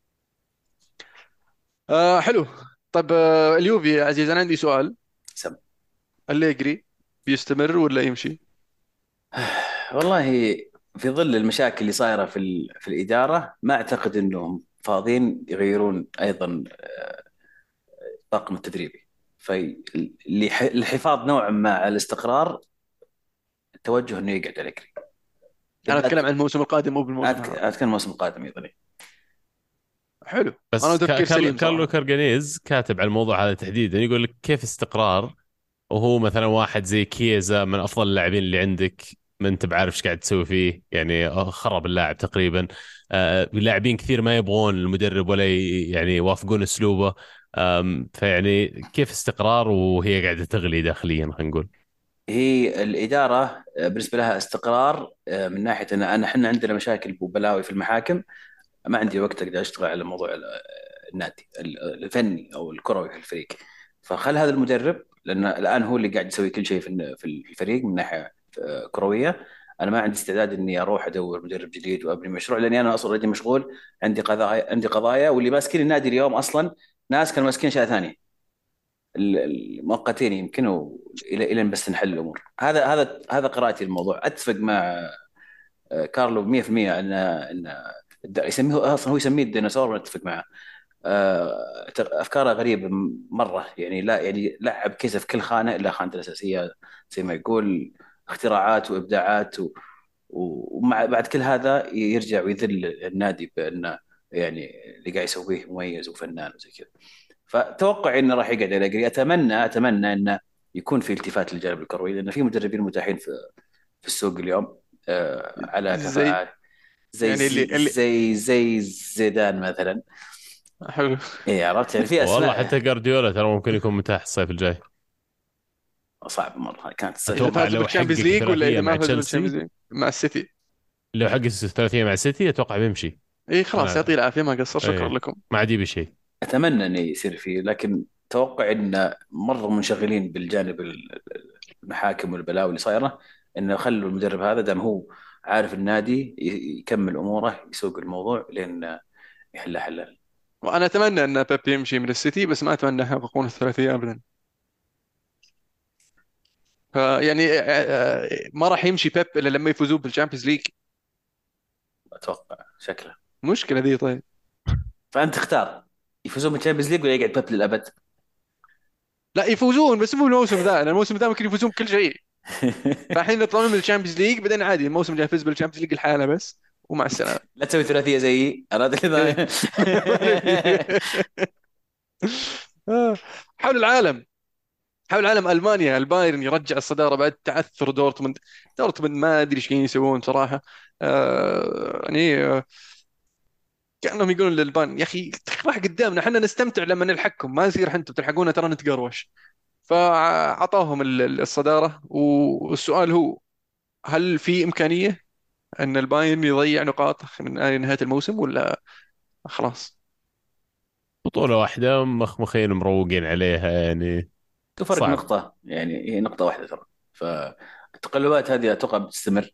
حلو. طيب اليوفي يا عزيز، انا عندي سؤال. سم. أليجري بيستمر ولا يمشي؟ والله في ظل المشاكل اللي صايره في الاداره، ما اعتقد انهم فاضيين يغيرون ايضا الطاقم التدريبي. فالحفاظ نوعا ما على الاستقرار، التوجه انه يقعد أليجري انا اتكلم بالذات. عن الموسم القادم مو بالموسم هذا. اتكلم الموسم القادم ايضا. حلو. انا بس تفكير سليم كارلو صراحة. كارجانيز كاتب على الموضوع هذا تحديدا، يقول لك كيف استقرار وهو مثلا واحد زي كيزا من افضل اللاعبين اللي عندك، ما انت بعارف ايش قاعد تسوي فيه، يعني خرب اللاعب تقريبا. لاعبين كثير ما يبغون المدرب ولا يعني يوافقون اسلوبه. فيعني كيف استقرار وهي قاعده تغلي داخليا خلينا نقول. هي الاداره بالنسبه لها استقرار من ناحيه ان احنا عندنا مشاكل وبلاوي في المحاكم. ما عندي وقت اقدر اشتغل على موضوع النادي الفني او الكروي في الفريق. فخل هذا المدرب، لان الان هو اللي قاعد يسوي كل شيء في الفريق من ناحيه كرويه. انا ما عندي استعداد اني اروح ادور مدرب جديد وابني مشروع، لاني انا اصلا مشغول. عندي قضايا واللي ماسكين النادي اليوم اصلا ناس كانوا ماسكين اشياء ثانيه، المؤقتين يمكن، الى بس نحل الامور. هذا قراءتي للموضوع. اتفق مع كارلو 100% ان يسميه اصلا، هو يسميه الديناصور، وانا اتفق معه. افكاره غريبه مره، يعني لا يعني لعب كيسه في كل خانه الا خانته الاساسيه، زي ما يقول اختراعات وابداعات ومع بعد كل هذا يرجع ويذل النادي بانه يعني اللي قاعد يسويه مميز وفنان وزي كذا. فتوقع انه راح يقعد أليجري. اتمنى انه يكون في التفات للجانب الكروي، لان في مدربين متاحين في السوق اليوم على زي كفاءة. زي يعني اللي زي زيدان مثلا. حلو. ايه عرفت، يعني في والله حتى اسماء. جارديولا ترى ممكن يكون متاح الصيف الجاي. صعب مره كانت اذا الصيف. اتوقع فازوا لو بالشامبيونز حقق ليج ولا ثلاثيه اذا مع ما فازوا بالشامبيونز تشيلسي، ليج مع السيتي؟ لو حقق ثلاثيه مع السيتي اتوقع بيمشي. اي خلاص، انا يعطيه العافيه، ما قصر، شكرا ايه لكم. ما عاد يبي شيء. اتمنى انه يصير فيه، لكن اتوقع ان مره منشغلين بالجانب المحاكم والبلاوي اللي صايره، انه خلوا المدرب هذا دام هو عارف النادي يكمل اموره، يسوق الموضوع لين يحلها حلال. وانا اتمنى ان بيب يمشي من السيتي، بس ما اتمنى يحققون الثلاثيه ابدا. فيعني ما راح يمشي بيب الا لما يفوزون بالشامبيونز ليج. اتوقع شكله. مشكله ذي. طيب فانت اختار يفوزون بالتشامبيونز ليج ولا يقعد بيب للابد؟ لا، يفوزون بس مو الموسم ذا، لأن الموسم ذا ممكن يفوزون بكل شيء. فالحين يطلعون من الشامبيونز ليج، بعدين عادي الموسم الجاي يفوز بالشامبيونز ليج الحالة بس، ومع السلامة. لا تسوي ثلاثيه زيي انا ايه. كذا. حول العالم. حول العالم، المانيا البايرن يرجع الصدارة بعد تعثر دورتموند. دورتموند ما ادري ايش قاعدين يسوون صراحة. يعني كانهم يقولون للبايرن يا اخي راح قدامنا، احنا نستمتع لما نلحقكم، ما يصير انتم تلحقونا ترى نتقروش. فأعطاهم الصدارة. والسؤال هو، هل في إمكانية أن البايرن يضيع نقاط من نهاية الموسم ولا خلاص؟ بطوله واحده مخمخين مروقين عليها يعني. تفرق صعب. نقطه، يعني هي نقطه واحده ترى. فالتقلبات هذه اتوقع بتستمر.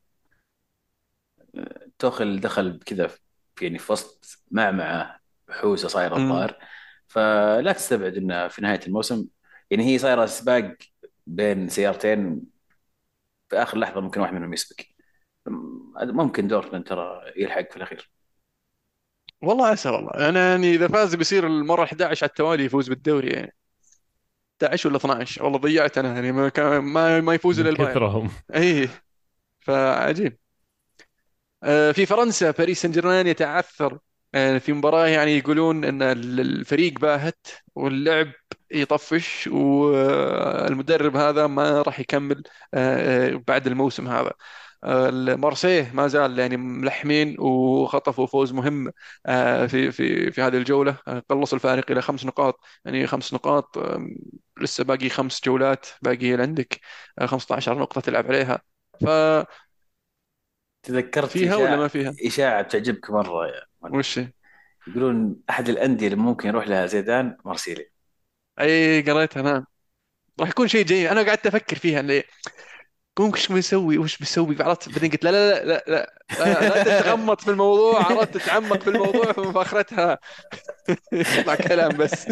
توخل دخل كذا يعني في وسط معمعة بحوسة صايرة امم. الظاهر. فلا تستبعد انه في نهاية الموسم، يعني هي صايرة سباق بين سيارتين، في اخر لحظة ممكن واحد منهم يسبق. ممكن دورتموند ترى يلحق في الاخير. والله عسى، والله أنا يعني إذا فاز بيصير المرة 11 على التوالي يفوز بالدوري يعني. 11 ولا 12، والله ضيعت أنا يعني، ما كان ما يفوز إلا من البايرن. كثرهم. أي. فعجيب. في فرنسا باريس سان جيرمان يتعثر في مباراة، يعني يقولون ان الفريق باهت واللعب يطفش، والمدرب هذا ما راح يكمل بعد الموسم هذا. مارسيه ما زال يعني ملحمين، وخطفوا فوز مهم في هذه الجولة. قلصوا الفارق إلى 5 نقاط، يعني 5 نقاط. لسه باقي 5 جولات باقي عندك. 15 نقطة تلعب عليها. ففيها تذكرت ولا ما فيها؟ إشاعة تعجبك مرة يا مهند. وش؟ يقولون أحد الأندية اللي ممكن يروح لها زيدان مارسيليا. اي قريتها، نعم. راح يكون شيء جيد. انا قعدت افكر فيها ليه، وش بيسوي وش بيسوي، عرفت؟ بعدين قلت لا لا لا لا لا, لا تتغمط في الموضوع، عرفت؟ تتعمق في الموضوع، في اخرتها يطلع كلام بس.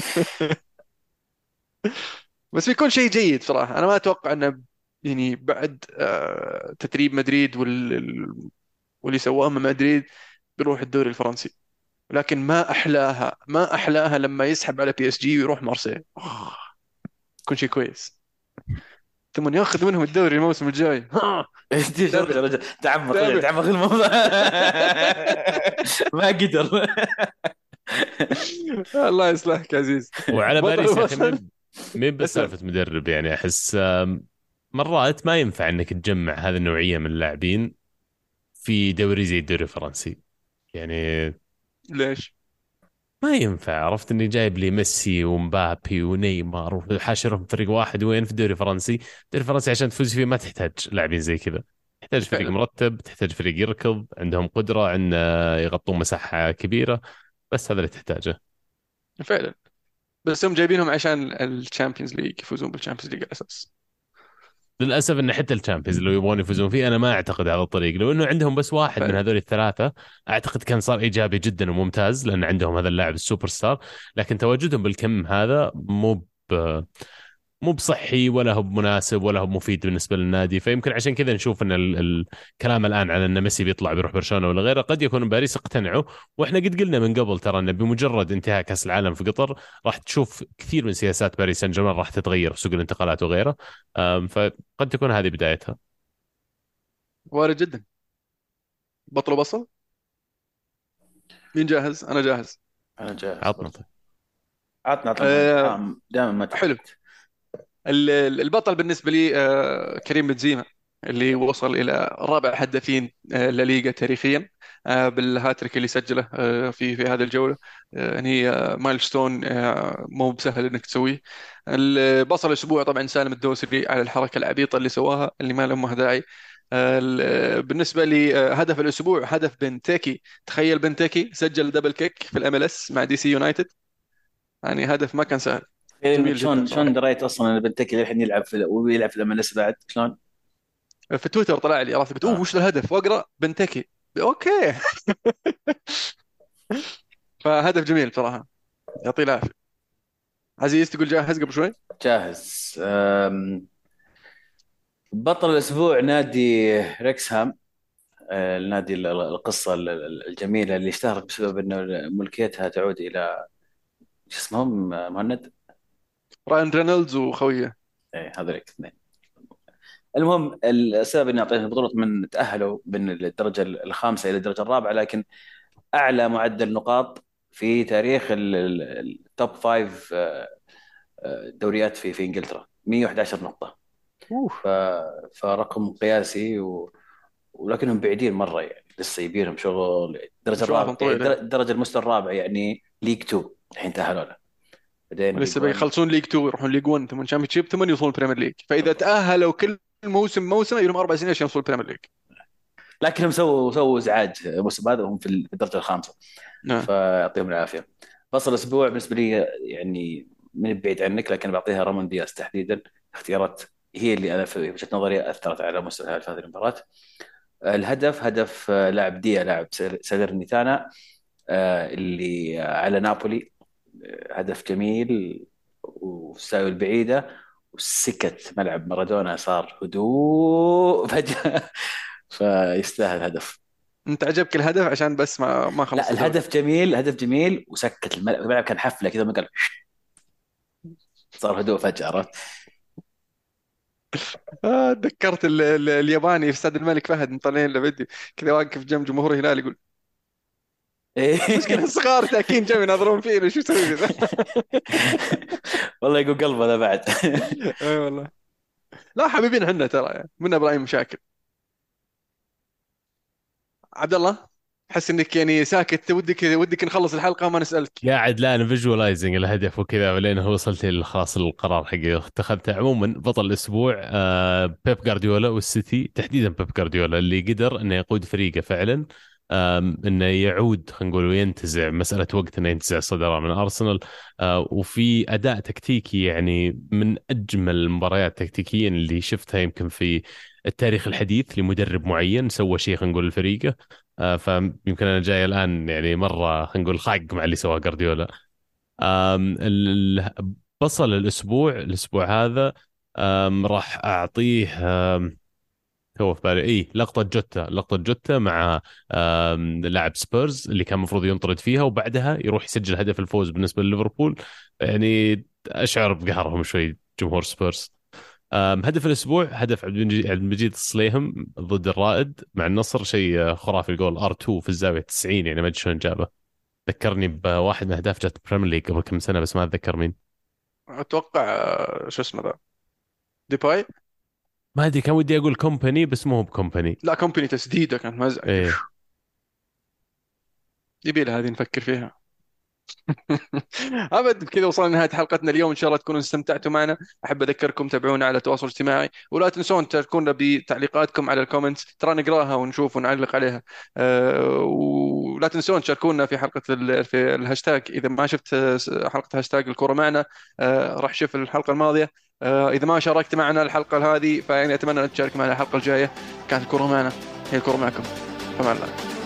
بس بيكون شيء جيد صراحة. انا ما اتوقع انه يعني بعد تدريب مدريد واللي سواه مع مدريد بيروح الدوري الفرنسي. لكن ما احلاها، ما احلاها لما يسحب على بي اس جي ويروح مارسيل. يكون شيء كويس. ثم ياخذ منهم الدوري الموسم الجاي. ها. شوف تابع. يا رجل، تعمق رجع تابع. تعمق في الموضوع. ما قدر. الله يصلحك يا عزيز. وعلى بطل باريس يا اخي بطل. مين بس اسأل. سالفه مدرب، يعني احس مرات ما ينفع انك تجمع هذه النوعيه من اللاعبين في دوري زي الدوري الفرنسي يعني. ليش؟ ما ينفع، عرفت اني جايب لي ميسي ومبابي ونيمار وحاشرهم في فريق واحد، وين في الدوري الفرنسي؟ الدوري الفرنسي عشان تفوز فيه ما تحتاج لاعبين زي كذا. تحتاج فريق فعلا. مرتب، تحتاج فريق يركض عندهم قدرة ان يغطون مساحة كبيرة. بس هذا اللي تحتاجه. فعلا. بس هم جايبينهم عشان الشامبيونز ليج، يفوزون بالشامبيونز ليج على اساس. للاسف ان حتى الشامبيونز لو يبغون يفوزون فيه انا ما اعتقد هذا الطريق. لو انه عندهم بس واحد من فعلا. هذول الثلاثه اعتقد كان صار ايجابي جدا وممتاز، لان عندهم هذا اللاعب السوبر ستار. لكن تواجدهم بالكم هذا مو بصحي، ولا هو مناسب، ولا هو مفيد بالنسبه للنادي. فيمكن عشان كذا نشوف ان الكلام الان على ان ميسي بيطلع بيروح برشلونه ولا غيره، قد يكون باريس اقتنعوا. واحنا قد قلنا من قبل ترى ان بمجرد انتهاء كاس العالم في قطر راح تشوف كثير من سياسات باريس سان جيرمان راح تتغير في سوق الانتقالات وغيره. فقد تكون هذه بدايتها. وارد جدا. بطل بصل. مين جاهز؟ انا جاهز. أنا جاهز عطنا برضه. طيب. عطنا مهند، أه. دائما ما حلو. تأخرت. البطل بالنسبة لي كريم بنزيما. اللي وصل إلى رابع هدافين الليغا تاريخيا بالهاتريك اللي سجله في هذه الجولة. يعني مايلستون مو بسهل إنك تسويه. بصل الأسبوع طبعا سالم الدوسري على الحركة العبيطة اللي سواها اللي ما لها داعي. بالنسبة لي هدف الأسبوع هدف بنتيكي. تخيل بنتيكي سجل دبل كيك في الام ال اس مع دي سي يونايتد. يعني هدف ما كان سهل. يعني جميل جدا شلون صراحة. دريت اصلا ان بنتكي للحين يلعب ويلعب في الام ال اس بعد شلون؟ في تويتر طلع لي، عرفت، قلت اوه اه وش ذا الهدف واقرا بنتكي. اوكي. فهدف جميل بصراحة. يعطيه العافية. عزيز تقول جاهز قبل شوي؟ جاهز. بطل الاسبوع نادي ريكسهام. النادي القصه الجميله اللي اشتهرت بسبب ان ملكيتها تعود الى شو اسمهم مهند. راين رينولدز وخويه. ايه هذول الاثنين. المهم السبب اني اعطيهم البطوله من تاهلوا من الدرجه الخامسه الى الدرجه الرابعه، لكن اعلى معدل نقاط في تاريخ التوب فايف دوريات في انجلترا 111 نقطه. اوه. ف... فرقم قياسي ولكنهم بعيدين مره، يعني لسه يبيلهم شغل. الدرجه مشوارهم الرابعه يعني طويل يعني. الدرجه المستوى الرابع يعني ليج 2 الحين تاهلوا له، بعدين ليج ولسه 1. بيخلصون ليج 2 يروحون ليج 1 ثم شيب ثم يوصلون بريمير ليج. فاذا بالضبط. تاهلوا كل موسم يلهم 4 سنين عشان يوصلون بريمير ليج. لكنهم سووا ازعاج الموسم هذا وهم في الدرجه الخامسه، نعم. فيعطيهم العافيه. فصل الاسبوع بالنسبه لي يعني من بعيد عنك، لكن بعطيها رامون دياز تحديدا. اختيارات هي اللي انا في وجهه نظري اثرت على مستوى هذه المباراه. الهدف هدف لاعب ديا، لاعب سالرنيتانا، اللي على نابولي. هدف جميل والزاويه البعيده، وسكت ملعب مارادونا صار هدوء فجأة. فيستاهل هدف. انت عجبك الهدف عشان بس ما لا خلص الدوري. الهدف جميل، هدف جميل وسكت الملعب كان حفله كذا، ما قال صار هدوء فجأة، عرفت؟ تذكرت الياباني في استاد الملك فهد مطلعين له فيديو كذا واقف جنب جمهور الهلال يقول مشكلة الصغار تاكين جنبي يناظرون فينا شو يسوي ذا. والله يقول قلبه ذا بعد. اي والله. لا حبيبين احنا ترى يعني من ابراهيم مشاكل. عبد الله، احس انك يعني ساكت، ودك نخلص الحلقه وما نسالك. قاعد لا انا فيجواليزنج الهدف وكذا، ولين هو وصلت خلاص القرار حقي اتخذته. عموما بطل الاسبوع بيب جارديولا والسيتي، تحديدا بيب جارديولا اللي قدر انه يقود فريقه فعلا، انه يعود خلينا نقول وينتزع مساله وقت انه ينتزع الصداره من ارسنال. وفي اداء تكتيكي يعني من اجمل المباريات تكتيكيا اللي شفتها يمكن في التاريخ الحديث لمدرب معين سوى شيء خلينا نقول الفريق. فيمكن انا جاي الان يعني مره خلينا نقول خاق مع اللي سواه جارديولا. بصل الاسبوع هذا راح اعطيه هو في بالي لقطه جوتا مع لاعب سبيرز اللي كان المفروض ينطرد فيها، وبعدها يروح يسجل هدف الفوز بالنسبه لليفربول. يعني اشعر بقهرهم شوي جمهور سبيرز. هدف الاسبوع هدف عبد المجيد الصليهم ضد الرائد مع النصر، شيء خرافي. الجول ار2 في الزاويه 90، يعني ما ادري شلون جابه. ذكرني بواحد من اهداف جات بريمير ليج قبل كم سنه بس ما اتذكر مين. اتوقع شو اسمه ذا، ديباي. ما ادري، كان ودي اقول كومباني بس مو بكومباني. لا كومباني تسديده كانت مزعجه. ايه. يبي لها هذه نفكر فيها. ابد كذا وصلنا لنهايه حلقتنا اليوم، ان شاء الله تكونوا استمتعتوا معنا. احب اذكركم تابعونا على التواصل الاجتماعي، ولا تنسون تشاركونا بتعليقاتكم على الكومنتس، ترى نقراها ونشوف ونعلق عليها. ولا تنسون تشاركونا في حلقه في الهاشتاج. اذا ما شفت حلقه هاشتاج الكوره معنا، راح شوف الحلقه الماضيه. اذا ما شاركت معنا الحلقه هذه فيعني اتمنى ان تشارك معنا الحلقه الجايه. كانت الكوره معنا هي الكوره معكم. فمع الله.